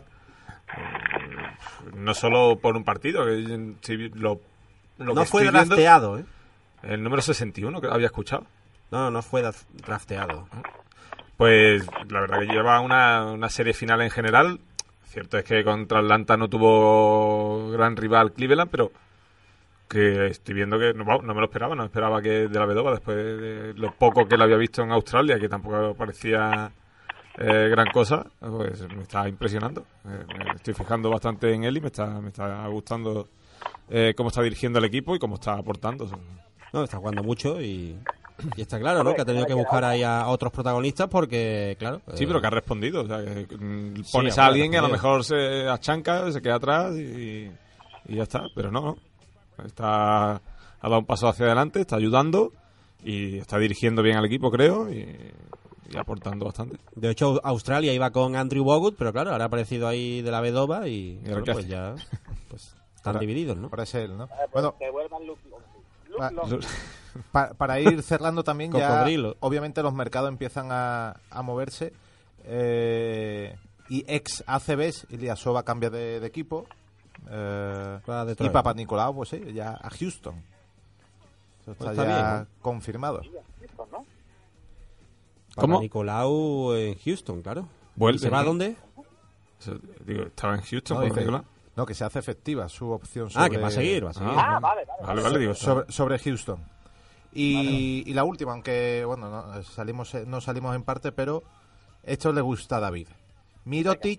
no solo por un partido, que si lo no que fue estoy viendo, drafteado, ¿eh? el número 61 que había escuchado. No fue drafteado. Pues la verdad que lleva una serie final en general. Cierto es que contra Atlanta no tuvo gran rival Cleveland, pero que estoy viendo que no me lo esperaba. No esperaba que de la Vedova, después de lo poco que la había visto en Australia, que tampoco parecía gran cosa, pues me está impresionando. Me estoy fijando bastante en él y me está gustando cómo está dirigiendo el equipo y cómo está aportando. No, está jugando mucho y está claro, ¿no? Que ha tenido que buscar ahí a otros protagonistas porque, claro... Sí, pero que ha respondido. O sea, que pones a alguien que a lo mejor se achanca, se queda atrás y ya está. Pero no. Ha dado un paso hacia adelante, está ayudando y está dirigiendo bien al equipo, creo, y aportando bastante. De hecho, Australia iba con Andrew Bogut, pero claro, ahora ha aparecido ahí de la Vedova y bueno, pues ya pues están divididos, ¿no? Parece él, ¿no? Bueno, que vuelvan Luke Long. Para ir cerrando también, ya Cocodrilo. obviamente los mercados empiezan a moverse y ex ACBs, Ilyasova cambia de equipo y Papanikolaou, pues sí, ya a Houston. Eso está, Pues está ya bien, ¿no? confirmado. ¿no? ¿Cómo? Nicolau en Houston, claro. Vuelve, ¿Se va a ¿no? dónde? Digo, estaba en Houston. No, por dice- Nicolás. no, que se hace efectiva su opción sobre, Que va a seguir. Vale, digo, sobre Houston. Y la última, aunque bueno, no salimos en parte, pero esto le gusta a David. Mirotic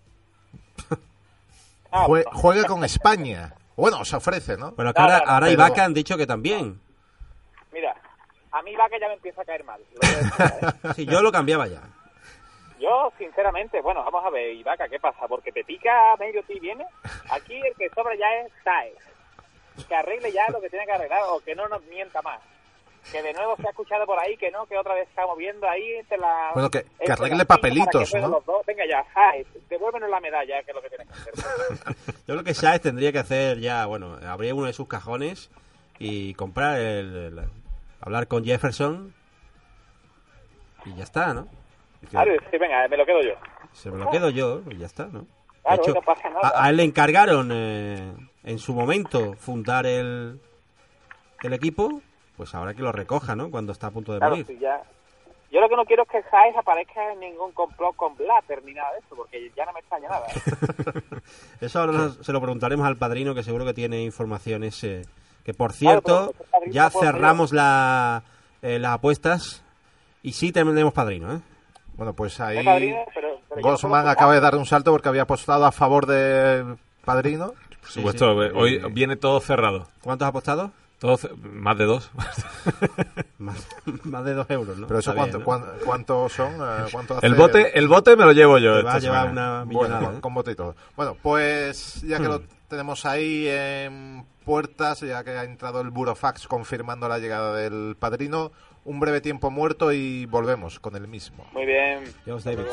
juega con España. Bueno, se ofrece, ¿no? Pero que No, ahora pero- Ibaka han dicho que también. Mira, a mí Ibaka ya me empieza a caer mal. Lo voy a decir, ¿eh? Sí, yo lo cambiaba ya. Yo, sinceramente, bueno, vamos a ver, Ibaka, ¿qué pasa? Porque te pica medio ti viene. Aquí el que sobra ya es Saez. Que arregle ya lo que tiene que arreglar o que no nos mienta más. Que de nuevo se ha escuchado por ahí que no, que otra vez estamos viendo ahí entre la... Bueno, que entre arregle las papelitos, para que jueguen ¿no? los dos. Venga ya, Saez, devuélvenos la medalla, que es lo que tienes que hacer. Yo creo que Saez tendría que hacer ya, bueno, abrir uno de sus cajones y comprar hablar con Jefferson y ya está, ¿no? Claro, sí, venga, me lo quedo yo. Se me lo quedo yo y ya está, ¿no? Claro, De hecho, no pasa nada. a él le encargaron en su momento fundar el equipo, pues ahora que lo recoja, ¿no? Cuando está a punto de Claro, morir. sí, ya. Yo lo que no quiero es que Saez aparezca en ningún complot con Blatter ni nada de eso, porque ya no me extraña nada. Eso ahora se lo preguntaremos al padrino, que seguro que tiene informaciones. Que por Claro, cierto, pero el padrino ya no puedo cerramos las apuestas y sí tenemos padrino, ¿eh? Bueno, pues ahí Es padrino, pero yo no Gosman puedo acaba de dar un salto porque había apostado a favor del padrino. Por supuesto, hoy viene todo cerrado. ¿Cuántos ha apostado? Más de 2. más de 2 euros, ¿no? Pero eso, Está bien, ¿no? ¿cuánto son? ¿Cuánto hace? El bote me lo llevo yo. Te va a esta llevar semana. una millonada. Bueno, con bote y todo. Bueno, pues ya que lo tenemos ahí en puertas, ya que ha entrado el burofax confirmando la llegada del padrino, un breve tiempo muerto y volvemos con el mismo. Muy bien. Dios, David.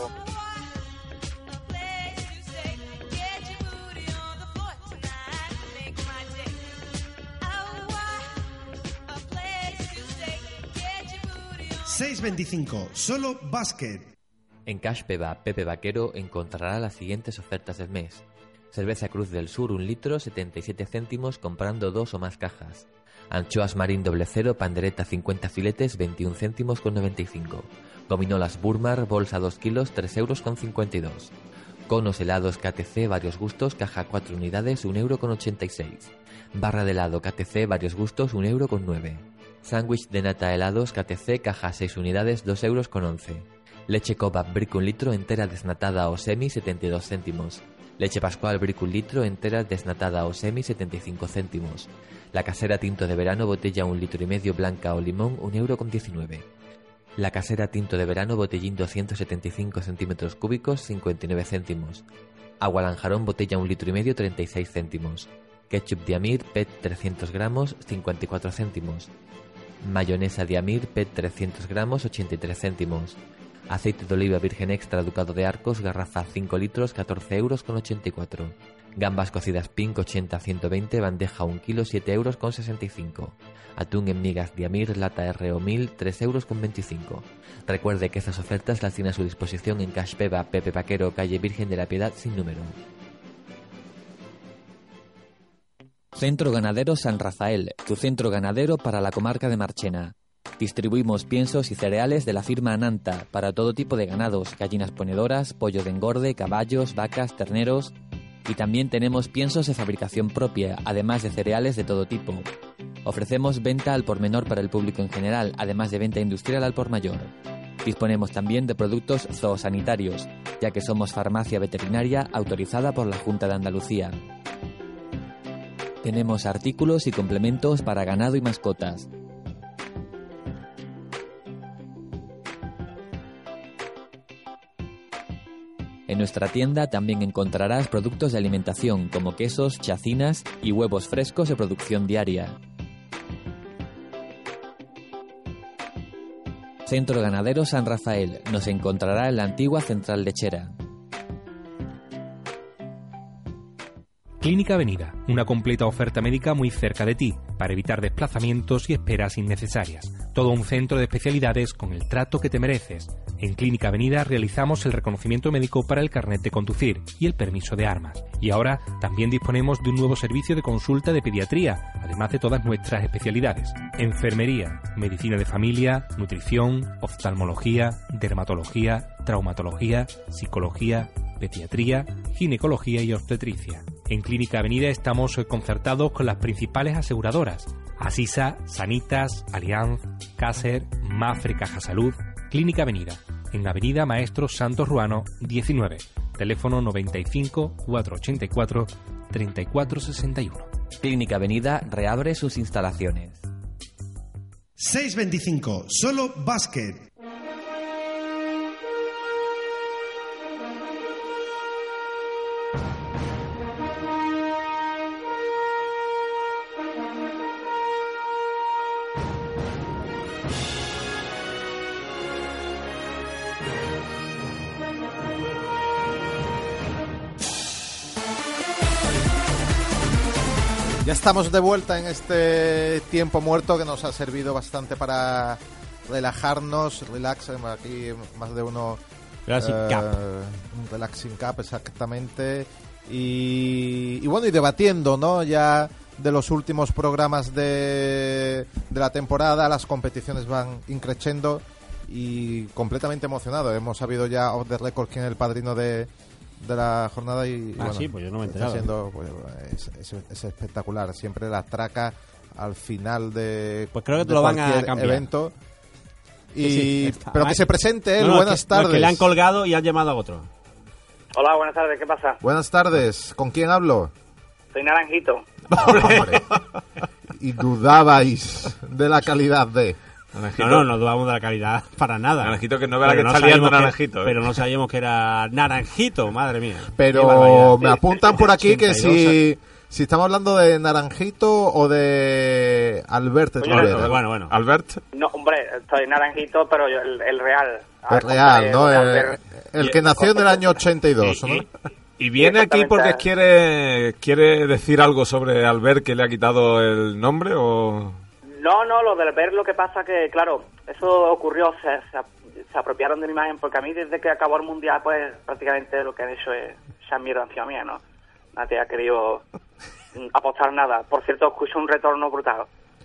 $6.25, solo básquet. En Cash Peba Pepe Vaquero encontrará las siguientes ofertas del mes. Cerveza Cruz del Sur 1 litro 77 céntimos comprando 2 o más cajas. Anchoas Marín doble cero pandereta 50 filetes 21 céntimos con 95. Gominolas Burmar bolsa 2 kilos 3 euros con 52. Conos helados KTC varios gustos caja 4 unidades 1 euro con 86. Barra de helado KTC varios gustos 1 euro con 9. Sándwich de nata helados KTC caja 6 unidades 2 euros con 11. Leche Coba Brick 1 litro entera desnatada o semi 72 céntimos. Leche Pascual Brick 1 litro entera desnatada o semi 75 céntimos. La Casera Tinto de Verano botella 1 litro y medio blanca o limón 1 euro con 19. La Casera Tinto de Verano botellín 275 centímetros cúbicos 59 céntimos. Agua Lanjarón botella 1 litro y medio 36 céntimos. Ketchup Diamir PET 300 gramos 54 céntimos. Mayonesa Diamir PET 300 gramos 83 céntimos. Aceite de oliva virgen extra Ducado de Arcos, garrafa 5 litros, 14 euros con 84. Gambas cocidas Pink 80-120, bandeja 1 kilo, 7 euros con 65. Atún en migas Diamir, lata RO 1000, 3 euros con 25. Recuerde que estas ofertas las tiene a su disposición en Cash Peba Pepe Vaquero, calle Virgen de la Piedad sin número. Centro Ganadero San Rafael, tu centro ganadero para la comarca de Marchena. Distribuimos piensos y cereales de la firma Ananta para todo tipo de ganados, gallinas ponedoras, pollo de engorde, caballos, vacas, terneros. Y también tenemos piensos de fabricación propia, además de cereales de todo tipo. Ofrecemos venta al por menor para el público en general, además de venta industrial al por mayor. Disponemos también de productos zoosanitarios, ya que somos farmacia veterinaria autorizada por la Junta de Andalucía. Tenemos artículos y complementos para ganado y mascotas. En nuestra tienda también encontrarás productos de alimentación como quesos, chacinas y huevos frescos de producción diaria. Centro Ganadero San Rafael. Nos encontrará en la antigua central lechera. Clínica Avenida, una completa oferta médica muy cerca de ti, para evitar desplazamientos y esperas innecesarias. Todo un centro de especialidades con el trato que te mereces. En Clínica Avenida realizamos el reconocimiento médico para el carnet de conducir y el permiso de armas. Y ahora también disponemos de un nuevo servicio de consulta de pediatría, además de todas nuestras especialidades. Enfermería, medicina de familia, nutrición, oftalmología, dermatología, traumatología, psicología, pediatría, ginecología y obstetricia. En Clínica Avenida estamos concertados con las principales aseguradoras: Asisa, Sanitas, Allianz, Caser, Mafre, Caja Salud. Clínica Avenida, en Avenida Maestro Santos Ruano 19, teléfono 95 484 3461. Clínica Avenida reabre sus instalaciones. 625, solo básquet. Ya estamos de vuelta en este tiempo muerto que nos ha servido bastante para relajarnos, relax, aquí más de uno. Relaxing Cup. Un Relaxing Cup, exactamente. Y bueno, y debatiendo, ¿no? Ya de los últimos programas de la temporada, las competiciones van increciendo y completamente emocionado. Hemos sabido ya off the record quién es el padrino de la jornada y bueno, sí, pues yo no me he enterado. Está siendo, pues, es espectacular. Siempre la traca al final de, pues creo que te lo van a cambiar. Evento. Y sí, pero que se presente él. Buenas tardes. Que le han colgado y han llamado a otro. Hola, buenas tardes, ¿qué pasa? Buenas tardes, ¿con quién hablo? Soy Naranjito. Hombre. Y dudabais de la calidad de... Naranjito. No dudamos de la calidad para nada. Naranjito, que no vea que está liando Naranjito. Pero no sabíamos que era Naranjito, madre mía. Pero me apuntan por aquí que si estamos hablando de Naranjito o de Albert. Bueno. Albert. No, hombre, soy Naranjito, pero yo, el real. El real, ¿no? El que nació en el año 82, ¿no? Y viene aquí porque quiere decir algo sobre Albert, que le ha quitado el nombre, o... No, lo del ver, lo que pasa que, claro, eso ocurrió, se apropiaron de mi imagen, porque a mí desde que acabó el Mundial, pues prácticamente lo que han hecho es echar mierda encima mía, ¿no? Nadie ha querido apostar nada. Por cierto, escucho un retorno brutal.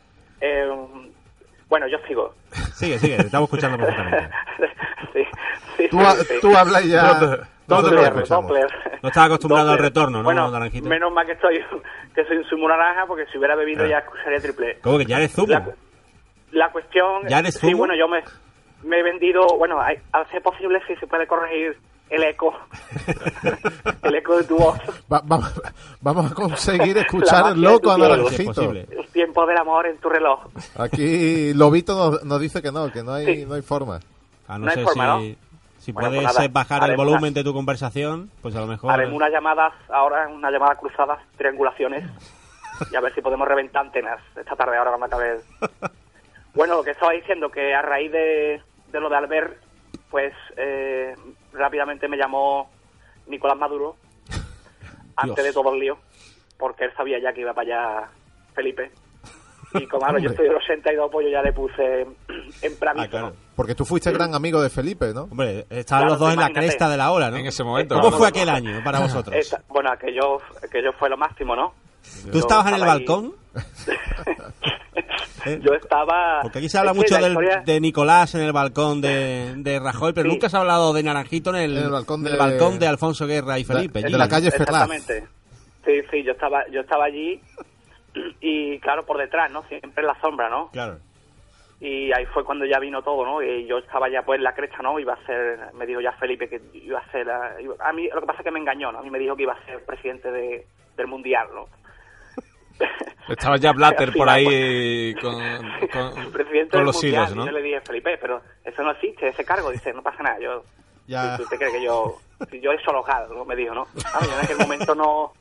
Bueno, yo sigo. Sigue, te estamos escuchando perfectamente. Sí. Tú hablas ya... No estás acostumbrado al retorno, ¿no, bueno, Naranjito? Menos mal que soy un zumo naranja, porque si hubiera bebido ya escucharía triple. ¿Cómo que ya eres zumo? La cuestión... ¿Ya eres zumo? Sí, bueno, yo me he vendido... Bueno, al ser posible, si se puede corregir el eco. El eco de tu voz. Vamos a conseguir escuchar el loco a Naranjito. El tiempo del amor en tu reloj. Aquí Lobito nos dice que no hay forma. No sé forma, ¿no? Si bueno, puedes pues bajar el volumen de tu conversación, pues a lo mejor... Haremos unas llamadas ahora, unas llamadas cruzadas, triangulaciones, y a ver si podemos reventar antenas esta tarde, ahora cuando acabe. Bueno, lo que estaba diciendo, que a raíz de lo de Albert, pues rápidamente me llamó Nicolás Maduro, antes de todo el lío, porque él sabía ya que iba para allá Felipe. Y como ahora yo estoy del 82, pues yo ya le puse en preaviso. Claro. Porque tú fuiste gran amigo de Felipe, ¿no? Hombre, estaban los dos en la cresta de la ola, ¿no? En ese momento. ¿Cómo fue aquel año para vosotros? Bueno, aquello fue lo máximo, ¿no? ¿Tú estabas en el balcón? Yo estaba... Porque aquí se habla mucho de Nicolás en el balcón de Rajoy, pero nunca se ha hablado de Naranjito en el balcón de Alfonso Guerra y Felipe. De la calle Ferraz. Exactamente. Sí, yo estaba allí y claro, por detrás, ¿no? Siempre en la sombra, ¿no? Claro. Y ahí fue cuando ya vino todo, ¿no? Y yo estaba ya pues en la cresta, ¿no? Me dijo ya Felipe que iba a ser... A mí lo que pasa es que me engañó, ¿no? A mí me dijo que iba a ser presidente del Mundial, ¿no? Estaba ya Blatter por ahí con los hilos, ¿no? Yo le dije, Felipe, pero eso no existe, ese cargo. Dice, no pasa nada, ya. ¿Tú te crees que yo he solojado, ¿no? Me dijo, ¿no? Yo en aquel momento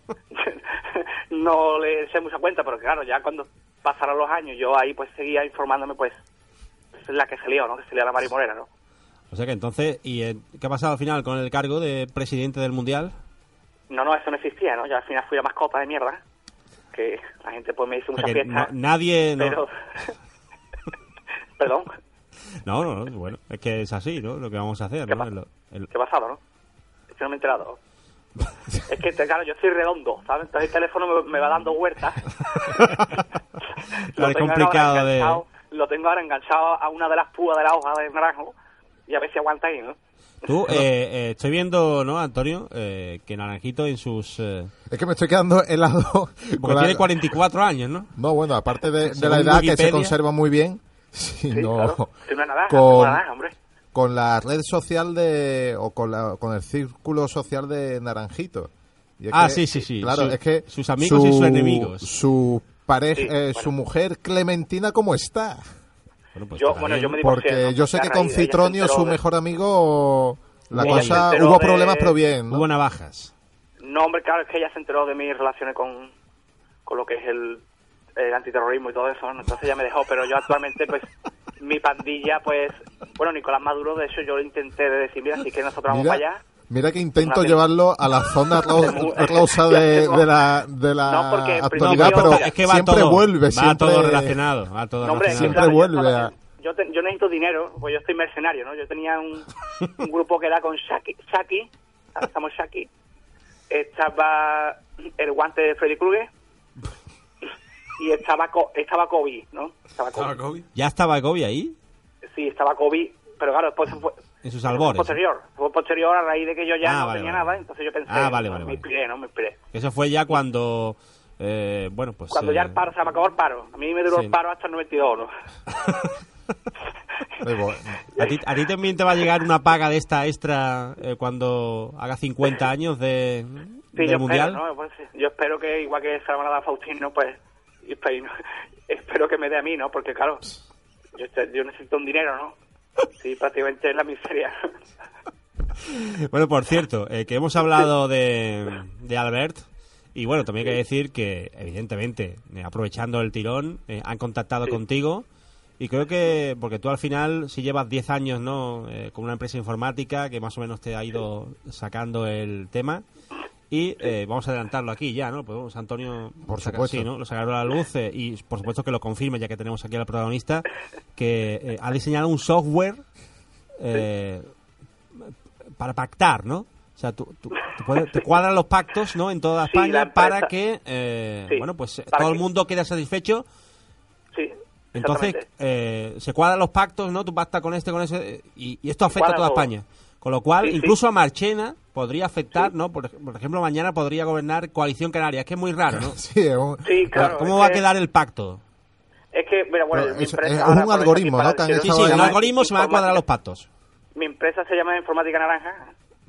no le eché mucha cuenta, pero claro, ya cuando pasaron los años, yo ahí pues seguía informándome, pues, es la que se lió, ¿no? Que se lió la Mari Morena, ¿no? O sea que entonces, ¿qué ha pasado al final con el cargo de presidente del Mundial? No, eso no existía, ¿no? Yo al final fui la mascota de mierda, que la gente pues me hizo mucha fiesta. Nadie... Pero... ¿Perdón? No, bueno, es que es así, ¿no? Lo que vamos a hacer, ¿no? ¿Qué ha pasado, no? Es que no me he enterado. Es que, claro, yo soy redondo, ¿sabes? Entonces el teléfono me va dando vueltas. Claro, es complicado Lo tengo ahora enganchado a una de las púas de la hoja de naranjo y a ver si aguanta ahí, ¿no? Tú, estoy viendo, ¿no, Antonio? Que Naranjito en sus... Es que me estoy quedando helado. Porque tiene 44 años, ¿no? No, bueno, aparte de la edad Wikipedia, que se conserva muy bien. Sí, claro. Tiene una naranja, hombre. Con la red social con el círculo social de Naranjito. Y sí. Claro, es que sus amigos y sus enemigos. Su pareja, su mujer Clementina, ¿cómo está? Bueno, pues yo me divorcié, porque ¿no? yo sé que con Citronio, su mejor amigo, la cosa hubo problemas, pero bien, ¿no? Hubo navajas. No, hombre, claro, es que ella se enteró de mis relaciones con lo que es el antiterrorismo y todo eso, ¿no? Entonces ya me dejó, pero yo actualmente, pues, mi pandilla, pues, bueno, Nicolás Maduro, de hecho, yo intenté decir, mira, si que nosotros vamos para allá. Mira que intento llevarlo a la zona rosa de la actualidad, pero es que siempre todo, vuelve. Va todo relacionado. Siempre vuelve. Yo necesito dinero, pues yo estoy mercenario, ¿no? Yo tenía un grupo que era con Shaki, estamos Shaki, estaba el guante de Freddy Krueger y estaba Kobe, ¿no? ¿Estaba Kobe? ¿Ya estaba Kobe ahí? Sí, estaba Kobe, pero claro, después fue... En sus albores. Fue posterior a raíz de que yo ya no tenía nada, entonces yo pensé, me inspiré. Eso fue ya cuando, pues... Cuando ya el paro, se me acabó el paro. A mí me duró el paro hasta el 92, ¿no? ¿A ti también te va a llegar una paga de esta extra cuando haga 50 años del Mundial? Espero, ¿no? Pues, yo espero que, igual que se la van a dar a Faustino, pues, espero que me dé a mí, ¿no? Porque, claro, yo necesito un dinero, ¿no? Sí, prácticamente es la miseria. Bueno, por cierto, que hemos hablado de Albert y bueno, también hay que decir que evidentemente, aprovechando el tirón, han contactado contigo y creo que, porque tú al final, si llevas 10 años, ¿no? Con una empresa informática que más o menos te ha ido sacando el tema y vamos a adelantarlo aquí ya, ¿no? Pues Antonio, por supuesto, sí, ¿no? Lo sacaron a la luz y por supuesto que lo confirme, ya que tenemos aquí al protagonista, que ha diseñado un software para pactar, ¿no? O sea, te cuadran los pactos, ¿no? En toda España para que, bueno, pues para todo el mundo quede satisfecho. Sí. Entonces, se cuadran los pactos, ¿no? Tú pactas con ese, y esto afecta a toda España. Con lo cual, incluso a Marchena podría afectar, ¿no? Por ejemplo, mañana podría gobernar Coalición Canaria. Es que es muy raro, ¿no? Sí, claro. ¿Cómo va a quedar el pacto? Es que, mira, bueno, es un algoritmo, ¿no? Sí, un algoritmo se van a cuadrar los pactos. Mi empresa se llama Informática Naranja.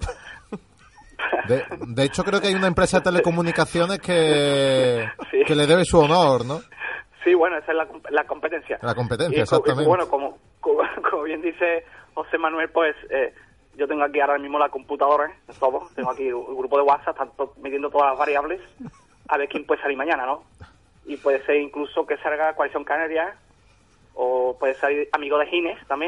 De hecho, creo que hay una empresa de telecomunicaciones que le debe su honor, ¿no? Sí, bueno, esa es la competencia. La competencia, exactamente. Y bueno, como bien dice José Manuel, pues yo tengo aquí ahora mismo la computadora, todo. Tengo aquí el grupo de WhatsApp, están midiendo todas las variables, a ver quién puede salir mañana, ¿no? Y puede ser incluso que salga Coalición Canaria, o puede salir Amigo de Gines también.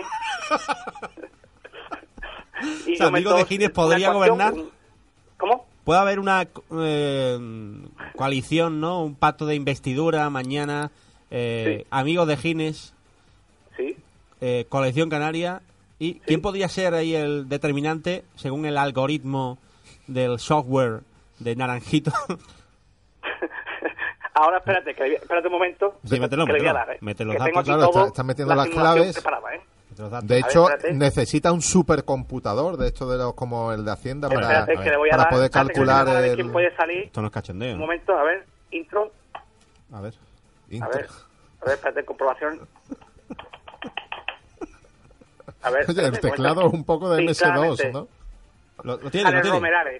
Y o sea, Amigo de Gines podría gobernar. ¿Cómo? Puede haber una coalición, ¿no? Un pacto de investidura mañana. Amigos de Gines. Sí. Coalición Canaria. ¿Y quién podría ser ahí el determinante según el algoritmo del software de Naranjito? Ahora espérate un momento. Sí, mételo. Que le voy a dar, Mete los que datos. tengo aquí Claro, está metiendo las claves. Preparada, De hecho, necesita un supercomputador de esto de los como el de Hacienda para poder calcular a ver quién puede salir. Esto no es cachondeo. Un momento, a ver, intro. A ver, espérate, comprobación. A ver, oye, el teclado es un poco de MS2, ¿no? Lo tiene. Romerales.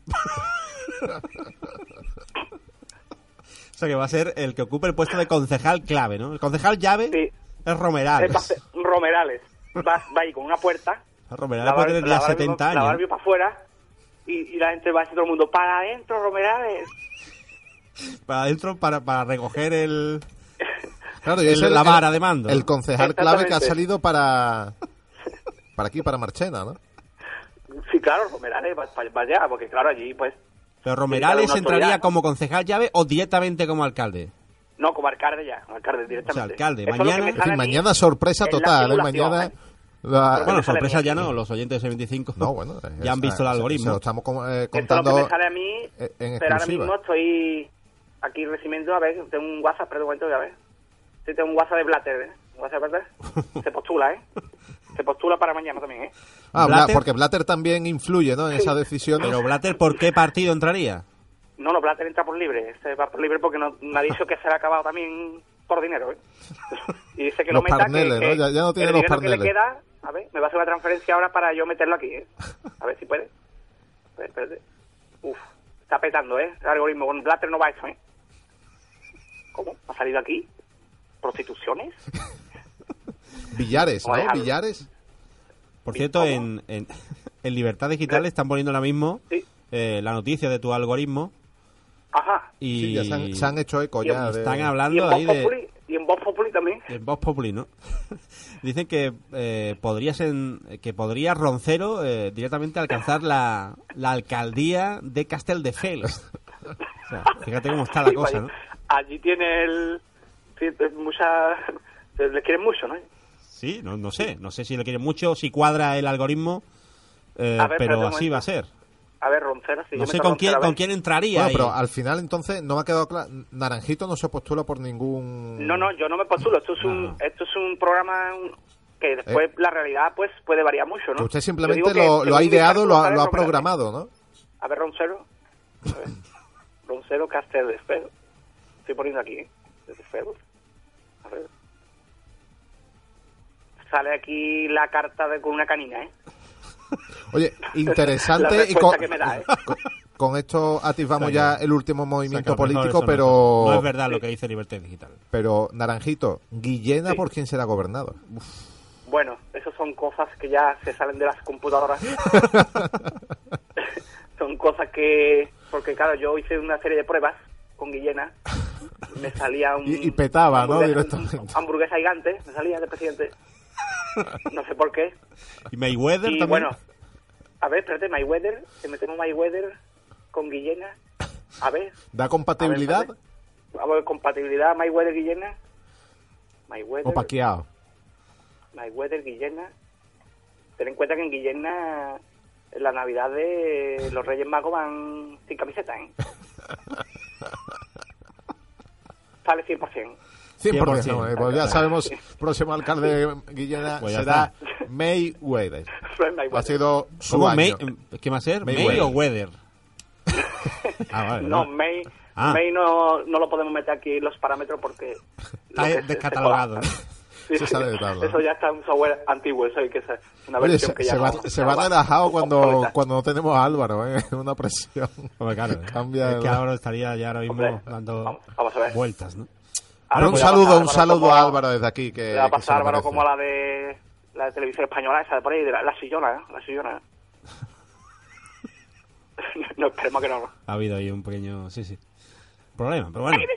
O sea que va a ser el que ocupe el puesto de concejal clave, ¿no? El concejal llave es Romerales. Romerales. Va ahí con una puerta. Romerales puede tener ya 70 años. La Barbie para afuera y la gente va a decir todo el mundo, para adentro, Romerales. Para adentro, para recoger el... Claro, y la vara de mando. El concejal clave que ha salido para aquí, para Marchena, ¿no? Sí, claro, Romerales va allá, porque claro, allí pues... ¿Pero Romerales entraría como concejal llave o directamente como alcalde? No, como alcalde directamente. O sea, alcalde. Mañana, mañana sorpresa total, mañana... Bueno, sorpresa ya no, los oyentes de 25 no, bueno, ya han visto el algoritmo. Se lo estamos contando. Esto es lo que me sale a mí, en pero ahora mismo estoy aquí recibiendo, a ver, tengo un WhatsApp, pero un momento, a ver. Sí, tengo un WhatsApp de Blatter, Un WhatsApp de Blatter. Se postula, Se postula para mañana también, Blatter, porque Blatter también influye, ¿no? En esa decisión. Pero Blatter, ¿por qué partido entraría? No, Blatter entra por libre. Se va por libre porque me ha dicho que se le ha acabado también por dinero, Y dice que los lo meta, parneles, que ¿no? Ya no tiene los parneles. Que le queda, a ver, me va a hacer una transferencia ahora para yo meterlo aquí, A ver si puede. A ver, espérate. Uf, está petando, El algoritmo. Con Blatter no va eso, ¿Cómo? ¿Ha salido aquí? ¿Prostituciones? Billares, ¿no? Billares. Por cierto, en Libertad Digital están poniendo ahora mismo la noticia de tu algoritmo. Ajá. Y sí, ya se han hecho eco ya. Están hablando ahí de... Y en Voz Populi también. En Voz Populi, ¿no? Dicen que podría Roncero directamente alcanzar la alcaldía de Castelldefels. O sea, fíjate cómo está la cosa, ¿no? Allí tiene le quieren mucho, ¿no? Sí, no sé si le quieren mucho, si cuadra el algoritmo, pero así va a ser. A ver, Roncero, sí. No sé con quién entraría. Bueno, pero al final entonces no me ha quedado claro. Naranjito no se postula por ningún... No, yo no me postulo. Esto es un programa que después la realidad pues puede variar mucho, ¿no? Que usted simplemente lo ha ideado, lo ha programado, ¿no? A ver, Roncero. Roncero Castelldefels. Estoy poniendo aquí, Castelldefels. A ver. Sale aquí la carta con una canina, Oye, interesante y con esto atisbamos ya el último movimiento político, pero... No es verdad lo que dice Libertad Digital. Pero, Naranjito, Guillena, ¿por quién será gobernador? Bueno, eso son cosas que ya se salen de las computadoras. Son cosas que... Porque, claro, yo hice una serie de pruebas con Guillena. Me salía un... Y petaba, ¿no? Directamente. Hamburguesa gigante, me salía de presidente. No sé por qué. ¿Y Mayweather también? Bueno, a ver, espérate, Mayweather, si metemos Mayweather con Guillena, a ver. ¿Da compatibilidad? A ver, compatibilidad Mayweather-Guillena. Mayweather. ¿O Pacquiao? Mayweather-Guillena. Ten en cuenta que en Guillena, en la Navidad de los Reyes Magos van sin camiseta, Sale 100%. 100%, pues ya sabemos, próximo alcalde de Guillena pues será Mayweather. Ha sido su año. ¿Qué va a ser? ¿May o Weather? Vale, no, May no lo podemos meter aquí en los parámetros porque... Está descatalogado. Se sale de tabla. Eso ya está en un software antiguo, eso hay que ser una versión que ya se va relajado cuando no tenemos a Álvaro, una presión. Hombre, claro, cambia. Es que Álvaro estaría ya ahora mismo dando vueltas, ¿no? Pero un saludo a Álvaro desde aquí. Que va a pasar Álvaro como la de televisión española, esa de por ahí, de la sillona. No, esperemos que no. Ha habido ahí un pequeño, problema, pero bueno.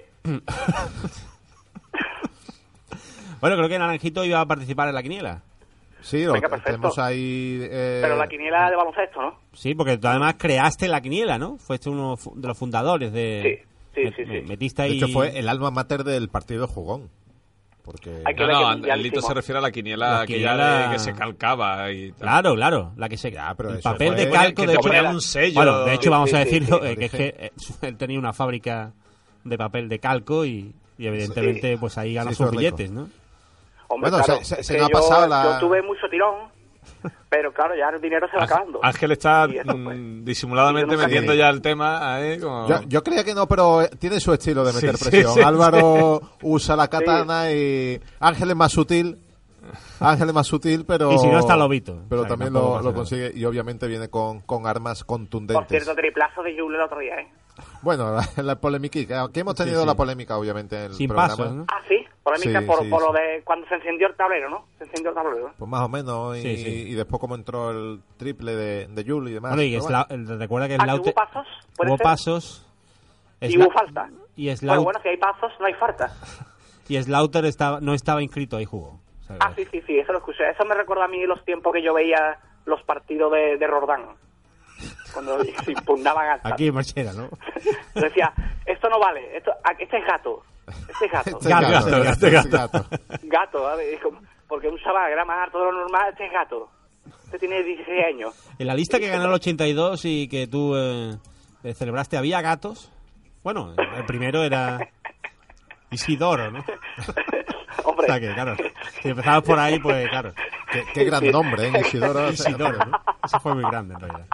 Bueno, creo que Naranjito iba a participar en la quiniela. Sí, tenemos ahí... Pero la quiniela de baloncesto, ¿no? Sí, porque tú además creaste la quiniela, ¿no? Fuiste uno de los fundadores de... Sí. Metiste ahí... De hecho, fue el alma mater del partido Jugón. Porque... Angelito se refiere a la quiniela que se calcaba y tal. Claro, la que se... pero el papel de calco, que de hecho... Ponía un sello. Bueno, de hecho, vamos a decirlo, que es que él tenía una fábrica de papel de calco y evidentemente pues ahí ganas sus billetes, ¿no? Hombre, Bueno, claro, se nos ha pasado yo tuve mucho tirón, pero claro, ya el dinero se va acabando. Ángel está Y eso, pues, disimuladamente yo no metiendo sabía. ya el tema ahí como... Yo creía que no, pero tiene su estilo de meter Sí, presión. sí, Álvaro usa la katana y Ángel es más sutil. Pero... Y si no está Lobito. Pero O sea, también tampoco lo pasa nada. consigue y obviamente viene con armas contundentes. por cierto, triplazo de Jules el otro día, ¿eh? Bueno, la polémica, que hemos tenido Sí, sí. la polémica obviamente en el Sin programa. pasos, ¿no? Ah, sí, polémica Sí, por sí, lo de cuando se encendió el tablero, ¿no? Se encendió el tablero. Pues más o menos, y, Sí, sí. y después como entró el triple de Jules y demás. Bueno, y Pero bueno. recuerda que ¿Ah, que Slaughter... hubo pasos? ¿Puede Hubo ser? pasos... Y hubo falta. Y Bueno, si hay pasos, no hay falta. Y Slaughter no estaba inscrito, ahí jugó. O sea, Ah, sí, eso lo escuché. Eso me recuerda a mí los tiempos que yo veía los partidos de Roldán. Cuando se impugnaban hasta. aquí en Marchera, ¿no? Decía, esto no vale, este es gato. Este es gato. Gato. Gato, ¿vale? Es como- porque un chaval era más alto de lo normal, este es gato. Este tiene 16 años. En la lista que ganó el 82 y que tú celebraste, ¿había gatos? Bueno, el primero era Isidoro, ¿no? Hombre. O sea que, claro, si empezamos por ahí, pues claro. Qué gran nombre, ¿eh? Isidoro. Isidoro, ¿no? Eso fue muy grande, en realidad.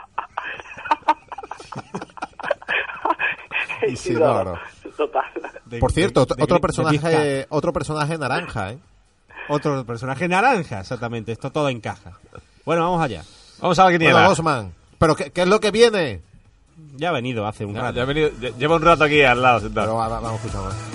Isidoro. Total. Por cierto, otro Pizca. personaje naranja, ¿eh? Otro personaje naranja, exactamente. Esto todo encaja. Bueno, vamos allá. Vamos a la quiniela. Bueno, Osman, ¿pero qué es lo que viene? Ya ha venido hace un rato. Ya ha venido, lleva un rato aquí al lado sentado. Pero vamos a escuchar más.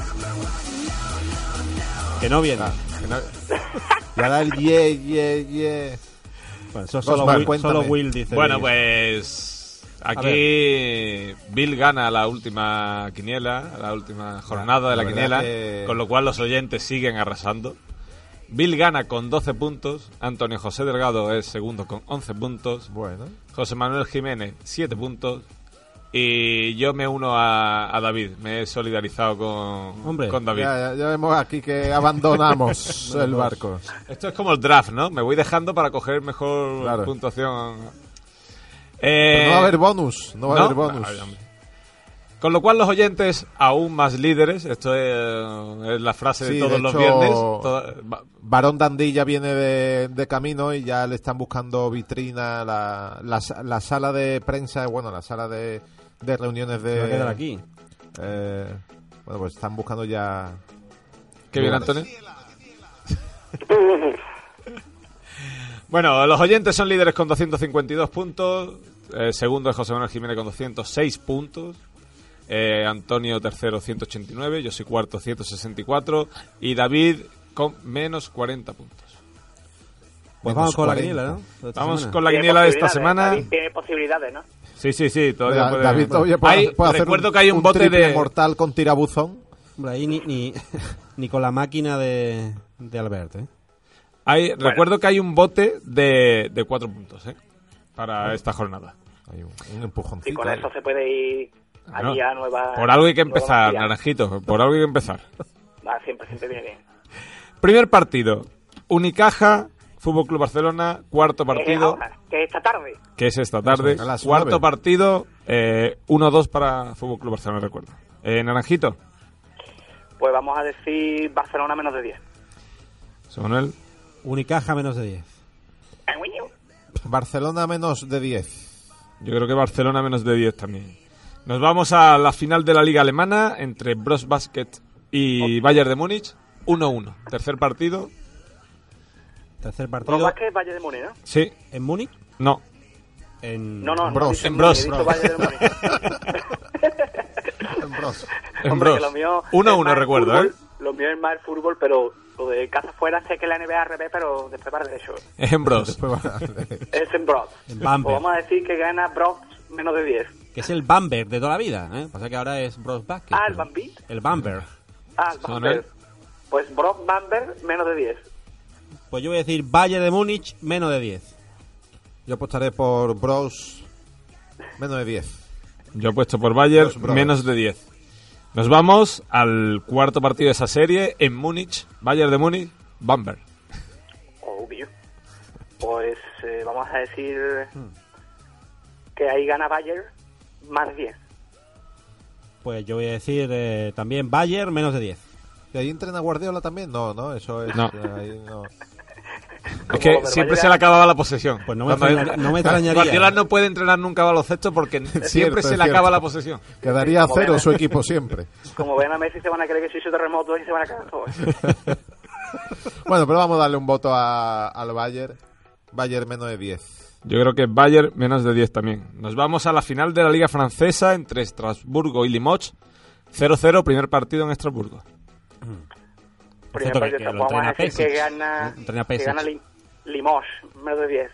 Que no viene. Y ahora el yeah. Bueno, eso Osman, solo cuéntame. Will dice. Bueno, pues aquí Bill gana la última quiniela, la última jornada de la la verdad quiniela, que- con lo cual los oyentes siguen arrasando. Bill gana con 12 puntos, Antonio José Delgado es segundo con 11 puntos, Bueno. José Manuel Jiménez 7 puntos y yo me uno a David, me he solidarizado con David. Ya vemos aquí que abandonamos el barco. Esto es como el draft, ¿no? Me voy dejando para coger mejor Claro. puntuación. Pero no va a haber bonus, no va a haber bonus. Ay, hombre. Con lo cual los oyentes aún más líderes, esto es la frase Sí, de todos de los hecho, viernes. Barón Dandí ya viene de camino y ya le están buscando vitrina la sala de prensa, bueno, la sala de reuniones Se va a de... quedar aquí. Bueno, pues están buscando ya... Qué bien, lugares. Antonio. Bueno, los oyentes son líderes con 252 puntos. Segundo es José Manuel Jiménez con 206 puntos. Antonio tercero 189. Yo soy cuarto 164. Y David con menos 40 puntos. Pues Menos vamos con la 40. quiniela, ¿no? De esta Vamos semana. con la Tiene quiniela de esta posibilidades, semana. David tiene posibilidades, ¿no? Sí, todavía puede. David todavía puede hacer recuerdo que hay un bote triple de mortal con tirabuzón. Hombre, ahí ni con la máquina de Albert, ¿eh? Recuerdo que hay un bote de 4 puntos, para esta jornada. Hay un empujoncito. Y con ahí. eso se puede ir Claro. allí a nueva... Por algo hay que nueva empezar, Marsella. Naranjito. Por algo hay que empezar. Va, siempre viene bien. Primer partido. Unicaja, Fútbol Club Barcelona. Cuarto partido, Que esta tarde. que es esta tarde. A las Cuarto 9. partido, 1-2 para Fútbol Club Barcelona, recuerdo. Naranjito. Pues vamos a decir Barcelona menos de 10. José Manuel. Unicaja menos de 10. Barcelona menos de 10. Yo creo que Barcelona menos de 10 también. Nos vamos a la final de la Liga Alemana entre Bros Basket y Bayern de Múnich. 1-1. Tercer partido. Tercer Bros partido. Basket, Valle de Múnich, ¿no? Sí. ¿En Múnich? No. No, Bros. he dicho En Bros. Múnich, he dicho Valle de Múnich. En Bros. En Hombre, Bros. que lo mío 1-1 es más recuerdo, fútbol, Lo mío es más el fútbol, pero lo de casa fuera sé que la NBA al revés, pero después para derecho. Es en Bros. Después va a- Es en Bros. En Pues Bamberg. vamos a decir que gana Bros menos de 10. Que es el Bamberg de toda la vida, ¿eh? Pasa que ahora es Bros Basket. Ah, ¿el pero- Bambi? El Bamberg. Ah, el Bamberg. Pues Bros Bamberg menos de 10. Pues yo voy a decir Bayern de Múnich menos de 10. Yo apostaré por Bros menos de 10. Yo he puesto por Bayern Los Brothers. menos de 10. Nos vamos al cuarto partido de esa serie en Múnich. Bayern de Múnich, Bamberg. Obvio. Pues vamos a decir que ahí gana Bayern más de 10. Pues yo voy a decir también Bayern menos de 10. ¿Y ahí entrena Guardiola también? No, eso es... No. Ahí no. Es que siempre se le acababa la posesión. Pues no me extrañaría. Guardiola no puede entrenar nunca baloncesto porque siempre se le acaba la posesión. Quedaría a cero su equipo siempre. Como ven a Messi se van a creer que soy su terremoto y se van a cagar todos. Bueno, pero vamos a darle un voto al Bayern. Bayern menos de 10. Yo creo que Bayern menos de 10 también. Nos vamos a la final de la Liga Francesa entre Estrasburgo y Limoges. 0-0, primer partido en Estrasburgo. Por cierto, que lo vamos a decir que entrena Limoges, menos de 10.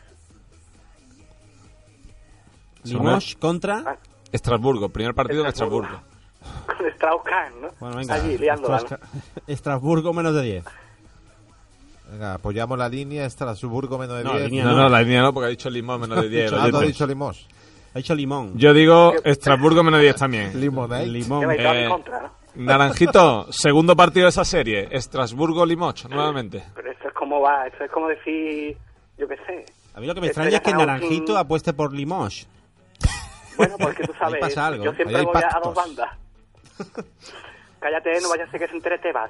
Limoges contra Estrasburgo, primer partido en Estrasburgo. Con Strauss-Kahn, ¿no? Bueno, venga. Allí, liándola, ¿no? Estrasburgo menos de 10. Venga, apoyamos la línea, Estrasburgo menos de 10. La línea no, porque ha dicho Limón menos de 10. ¿No ha dicho Limoges? Ha dicho Limón. Yo digo Estrasburgo menos de 10 también. Limonade. Limón. Naranjito, segundo partido de esa serie. Estrasburgo-Limoges, nuevamente. Pero esto es como va, esto es como decir, yo qué sé. A mí lo que me extraña es que Naranjito apueste por Limoges. Bueno, porque tú sabes, Ahí pasa algo. yo siempre voy a dos bandas. Cállate, no vaya a ser que se entere Tebas.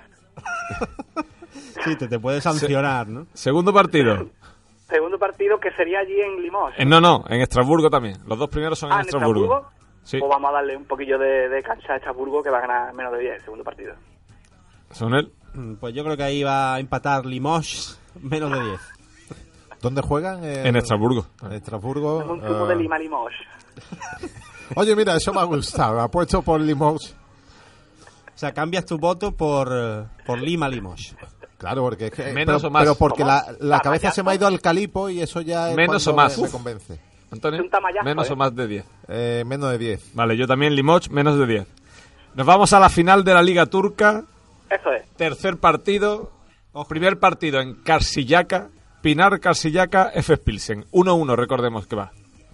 Sí, te puede sancionar, ¿no? Segundo partido. Segundo partido que sería allí en Limoges. No, en Estrasburgo también. Los dos primeros son en Estrasburgo. Sí. Pues vamos a darle un poquillo de cancha a Estrasburgo, que va a ganar menos de 10 el segundo partido. ¿Son él? Pues yo creo que ahí va a empatar Limoges menos de 10. ¿Dónde juegan? En Estrasburgo. En Estrasburgo. Es un zumo de Lima-Limoges. Oye, mira, eso me ha gustado. Apuesto por Limoges. O sea, cambias tu voto por Lima-Limoges. Claro, porque es que... Menos o más. Pero porque la cabeza se me ha ido al calipo y eso ya es menos o más. me convence. Antonio, menos o más de 10. Menos de 10. Vale, yo también Limoges, menos de 10. Nos vamos a la final de la Liga Turca. Eso es. Tercer partido. Primer partido en Karsiyaka. Pinar Karsiyaka, Efes Pilsen. 1-1, recordemos que va.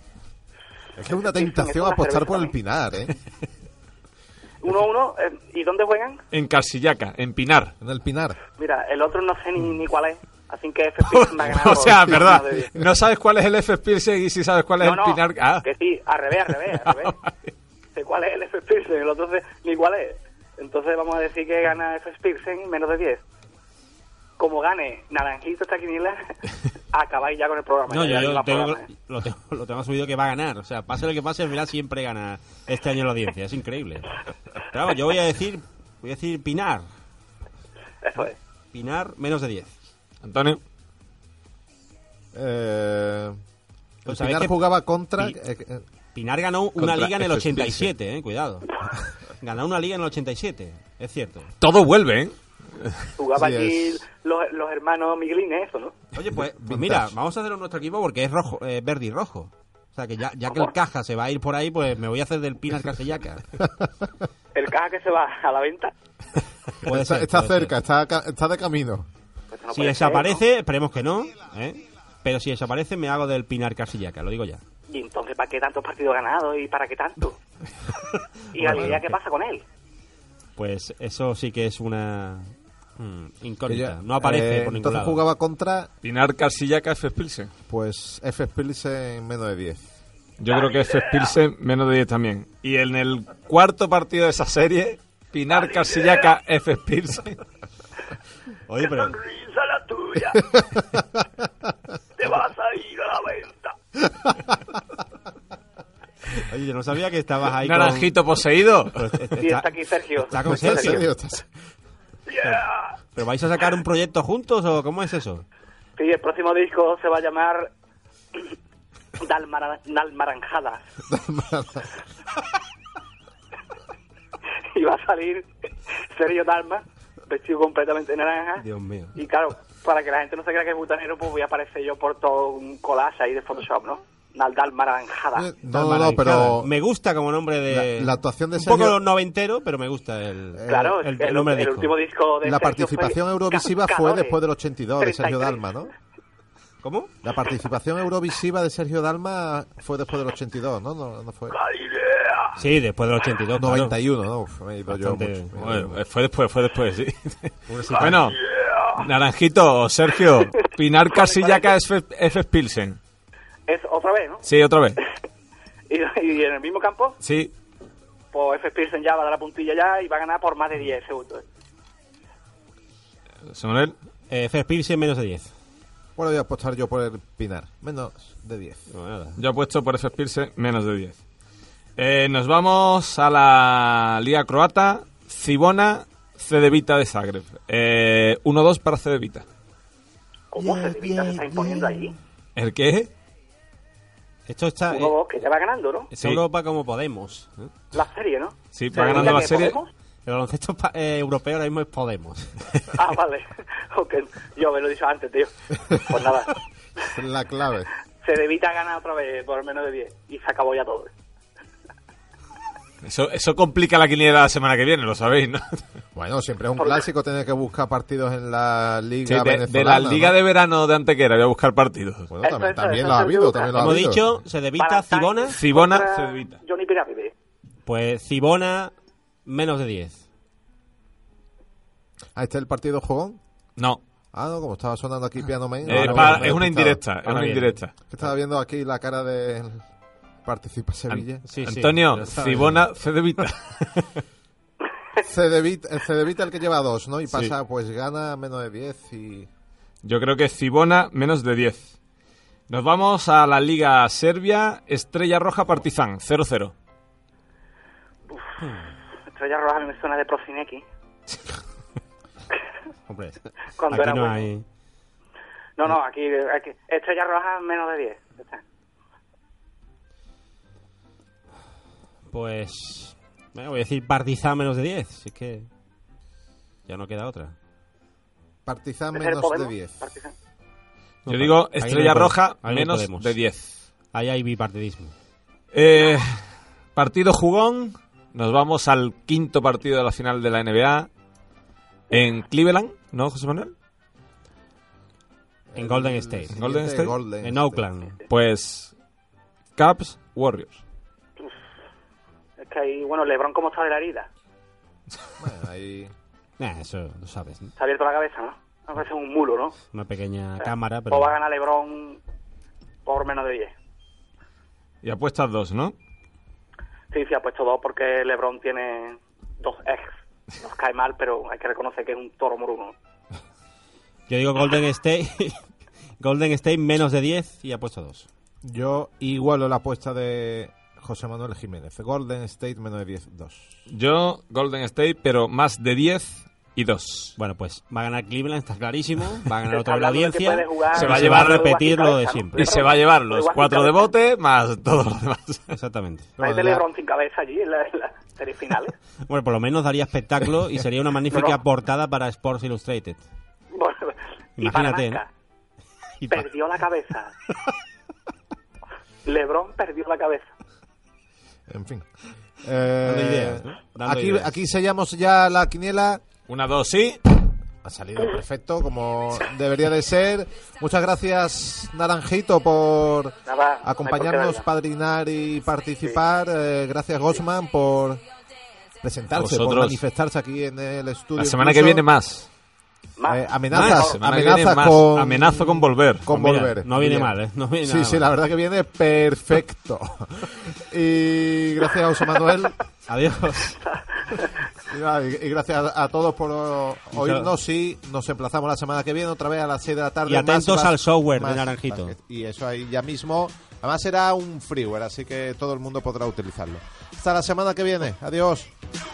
Es que es una tentación apostar por el Pinar, ¿eh? 1-1, ¿y dónde juegan? En Karsiyaka, en Pinar. En el Pinar. Mira, el otro no sé ni cuál es. Así que Efes Pilsen va a ganar. O sea, verdad. No sabes cuál es el Efes Pilsen y si sabes cuál es el Pinar. Ah. Que sí, al revés. Sé cuál es el Efes Pilsen, el otro ni cuál es. Entonces vamos a decir que gana Efes Pilsen menos de 10. Como gane Naranjito esta quiniela, acabáis ya con el programa. No, yo lo tengo asumido que va a ganar. O sea, pase lo que pase, al final siempre gana este año la audiencia. Es increíble. Pero vamos, yo voy a decir Pinar. Eso es. Pinar menos de 10. Antonio. Pues Pinar jugaba contra... Pinar ganó una liga en el 87, cuidado. Ganó una liga en el 87, es cierto. Todo vuelve, ¿eh? Jugaba allí los hermanos Miglines, eso, ¿no? Oye, pues mira, vamos a hacerlo en nuestro equipo porque es rojo, verde y rojo. O sea, que ya que el Caja se va a ir por ahí, pues me voy a hacer del Pinar Karsiyaka. ¿El Caja que se va a la venta? Está cerca, está de camino. Pues no si desaparece, esperemos que no, pero si desaparece me hago del Pinar Karsiyaka, lo digo ya. ¿Y entonces para qué tantos partidos ganados y para qué tanto? ¿Y la idea qué pasa con él? Pues eso sí que es una incógnita. No aparece por ningún entonces lado. Jugaba contra... Pinar Karsiyaka, Efes Pilsen. Pues Efes Pilsen menos de 10. Yo creo que Efes Pilsen menos de 10 también. Y en el cuarto partido de esa serie, Pinar Karsiyaka, Efes Pilsen. Oye, pero... ¡Qué sonrisa la tuya! ¡Te vas a ir a la venta! Oye, yo no sabía que estabas ahí Naranjito poseído. Sí, está aquí Sergio. Está con Sergio. ¿Pero vais a sacar un proyecto juntos o cómo es eso? Sí, el próximo disco se va a llamar Dalmaranjadas. Y va a salir Sergio Dalma, vestido completamente naranja. Dios mío. Y claro, para que la gente no se crea que es butanero, pues voy a aparecer yo por todo un collage ahí de Photoshop, ¿no? Dalmaranjada. No, pero... Me gusta como nombre de... La actuación de Sergio... Un poco noventero, pero me gusta el nombre de el último disco de La Sergio participación eurovisiva fue después del 82 de Sergio Dalma, ¿no? ¿Cómo? La participación eurovisiva de Sergio Dalma fue después del 82, ¿no? No fue... Sí, después del 82. 91, ¿no? Uf, me he ido yo mucho. Bueno, fue después, sí. Bueno, Naranjito, Sergio, Pinar Karsiyaka, Efes Pilsen. Es otra vez, ¿no? Sí, otra vez. ¿Y en el mismo campo? Sí. pues F. Pearson ya va a dar la puntilla ya y va a ganar por más de 10 segundos. Samuel. F. Pearson menos de 10. Bueno, voy a apostar yo por el Pinar. Menos de 10. Yo apuesto por F. Pearson menos de 10. Nos vamos a la Liga Croata. Cibona, Cedevita de Zagreb. 1-2 para Cedevita. ¿Cómo Cedevita se está imponiendo ahí? ¿El qué? Esto está... 1-2, que ya va ganando, ¿no? Es Europa como Podemos. La serie, ¿no? Sí, va ganando la serie. ¿Podemos? El baloncesto europeo ahora mismo es Podemos. Ah, vale. Okay. Yo me lo he dicho antes, tío. Pues nada. La clave. Cedevita gana otra vez por menos de 10 y se acabó ya todo. Eso complica la quiniela la semana que viene, lo sabéis, ¿no? Bueno, siempre es un clásico tener que buscar partidos en la Liga venezolana. De la Liga, ¿no?, de verano de Antequera voy a buscar partidos. Bueno, también lo ha habido, también lo ha Hemos habido. dicho Cedevita, Cibona. Cibona, Cedevita. Johnny Pirámide. Pues Cibona menos de 10. ¿Ah, este es el partido jugón? No. Ah, no, como estaba sonando aquí Piano Man. Es una indirecta, Estaba viendo aquí la cara de Participa Sevilla. Sí, Antonio, Cibona, Cedevita. Cedevita el que lleva 2, ¿no? Y pasa, Sí. pues gana menos de 10 y... Yo creo que Cibona menos de 10. Nos vamos a la Liga Serbia. Estrella Roja Partizan, 0-0. Estrella Roja me suena de Procineki. Hombre, Cuando aquí era no bueno. hay... No, aquí Estrella Roja menos de 10. Ya está. Pues... Bueno, voy a decir Partizan menos de 10. Si es que... Ya no queda otra. Partizan ¿Es el menos Podemos? de 10. Partizan. Yo digo ahí no Estrella podemos. Roja Ahí no menos podemos. de 10. Ahí hay bipartidismo. Partido jugón. Nos vamos al quinto partido de la final de la NBA. En Cleveland, ¿no, José Manuel? En Golden State. Golden State. En Oakland. Pues Cavs, Warriors. Es que ahí, bueno, LeBron, ¿cómo está de la herida? Bueno, ahí... Eso lo sabes, ¿no? Se ha abierto la cabeza, ¿no? Me parece un mulo, ¿no? Una pequeña O sea, cámara, pero... O va a ganar LeBron por menos de 10. Y apuestas 2, ¿no? Sí, ha puesto 2 porque LeBron tiene 2 ex. Nos cae mal, pero hay que reconocer que es un toro moruno. Yo digo Golden State... Golden State menos de 10 y ha puesto 2. Yo igualo la apuesta de José Manuel Jiménez. Golden State menos de 10, 2. Yo Golden State, pero más de 10 y 2. Bueno, pues va a ganar Cleveland, está clarísimo. Va a ganar otra vez la Hablando de que audiencia. puede jugar- Se va a y llevar a repetir lo de siempre. Y se va a llevar los 4 de bote más todos los demás. Exactamente. Hay de LeBron sin cabeza allí en la serie finales. Bueno, por lo menos daría espectáculo y sería una magnífica portada para Sports Illustrated. Bueno, Imagínate, y para ¿no? Nanca, Y pa- perdió la cabeza. LeBron perdió la cabeza. En fin. Dando ideas, ¿no? Dando ideas. Aquí sellamos ya la quiniela. 1, 2, sí. Ha salido perfecto, como debería de ser. Muchas gracias, Naranjito, por Nada, acompañarnos, no hay por qué, participar y participar. Gracias, Gosman, por presentarse, por vosotros. manifestarse aquí en el estudio. La semana que incluso. viene más. Más. Amenazas, Semana que viene amenazas más. con... Amenazo con volver. Con Pues mira, volver. no viene Bien. mal, ¿eh? No viene Sí, nada sí, mal. la verdad que viene perfecto. Y gracias a José Manuel. Adiós. Y gracias a todos por oírnos y nos emplazamos la semana que viene otra vez a las 6 de la tarde. Y atentos más al software de más Naranjito. basket. Y eso ahí ya mismo. Además será un freeware, así que todo el mundo podrá utilizarlo. Hasta la semana que viene. Adiós.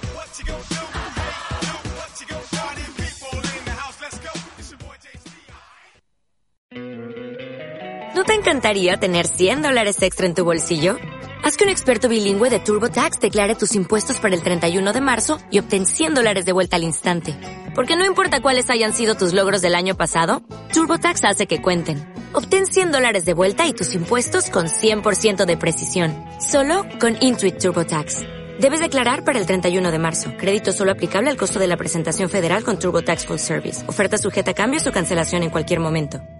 ¿No te encantaría tener $100 extra en tu bolsillo? Haz que un experto bilingüe de TurboTax declare tus impuestos para el 31 de marzo y obtén $100 de vuelta al instante. Porque no importa cuáles hayan sido tus logros del año pasado, TurboTax hace que cuenten. Obtén $100 de vuelta y tus impuestos con 100% de precisión. Solo con Intuit TurboTax. Debes declarar para el 31 de marzo. Crédito solo aplicable al costo de la presentación federal con TurboTax Full Service. Oferta sujeta a cambios o cancelación en cualquier momento.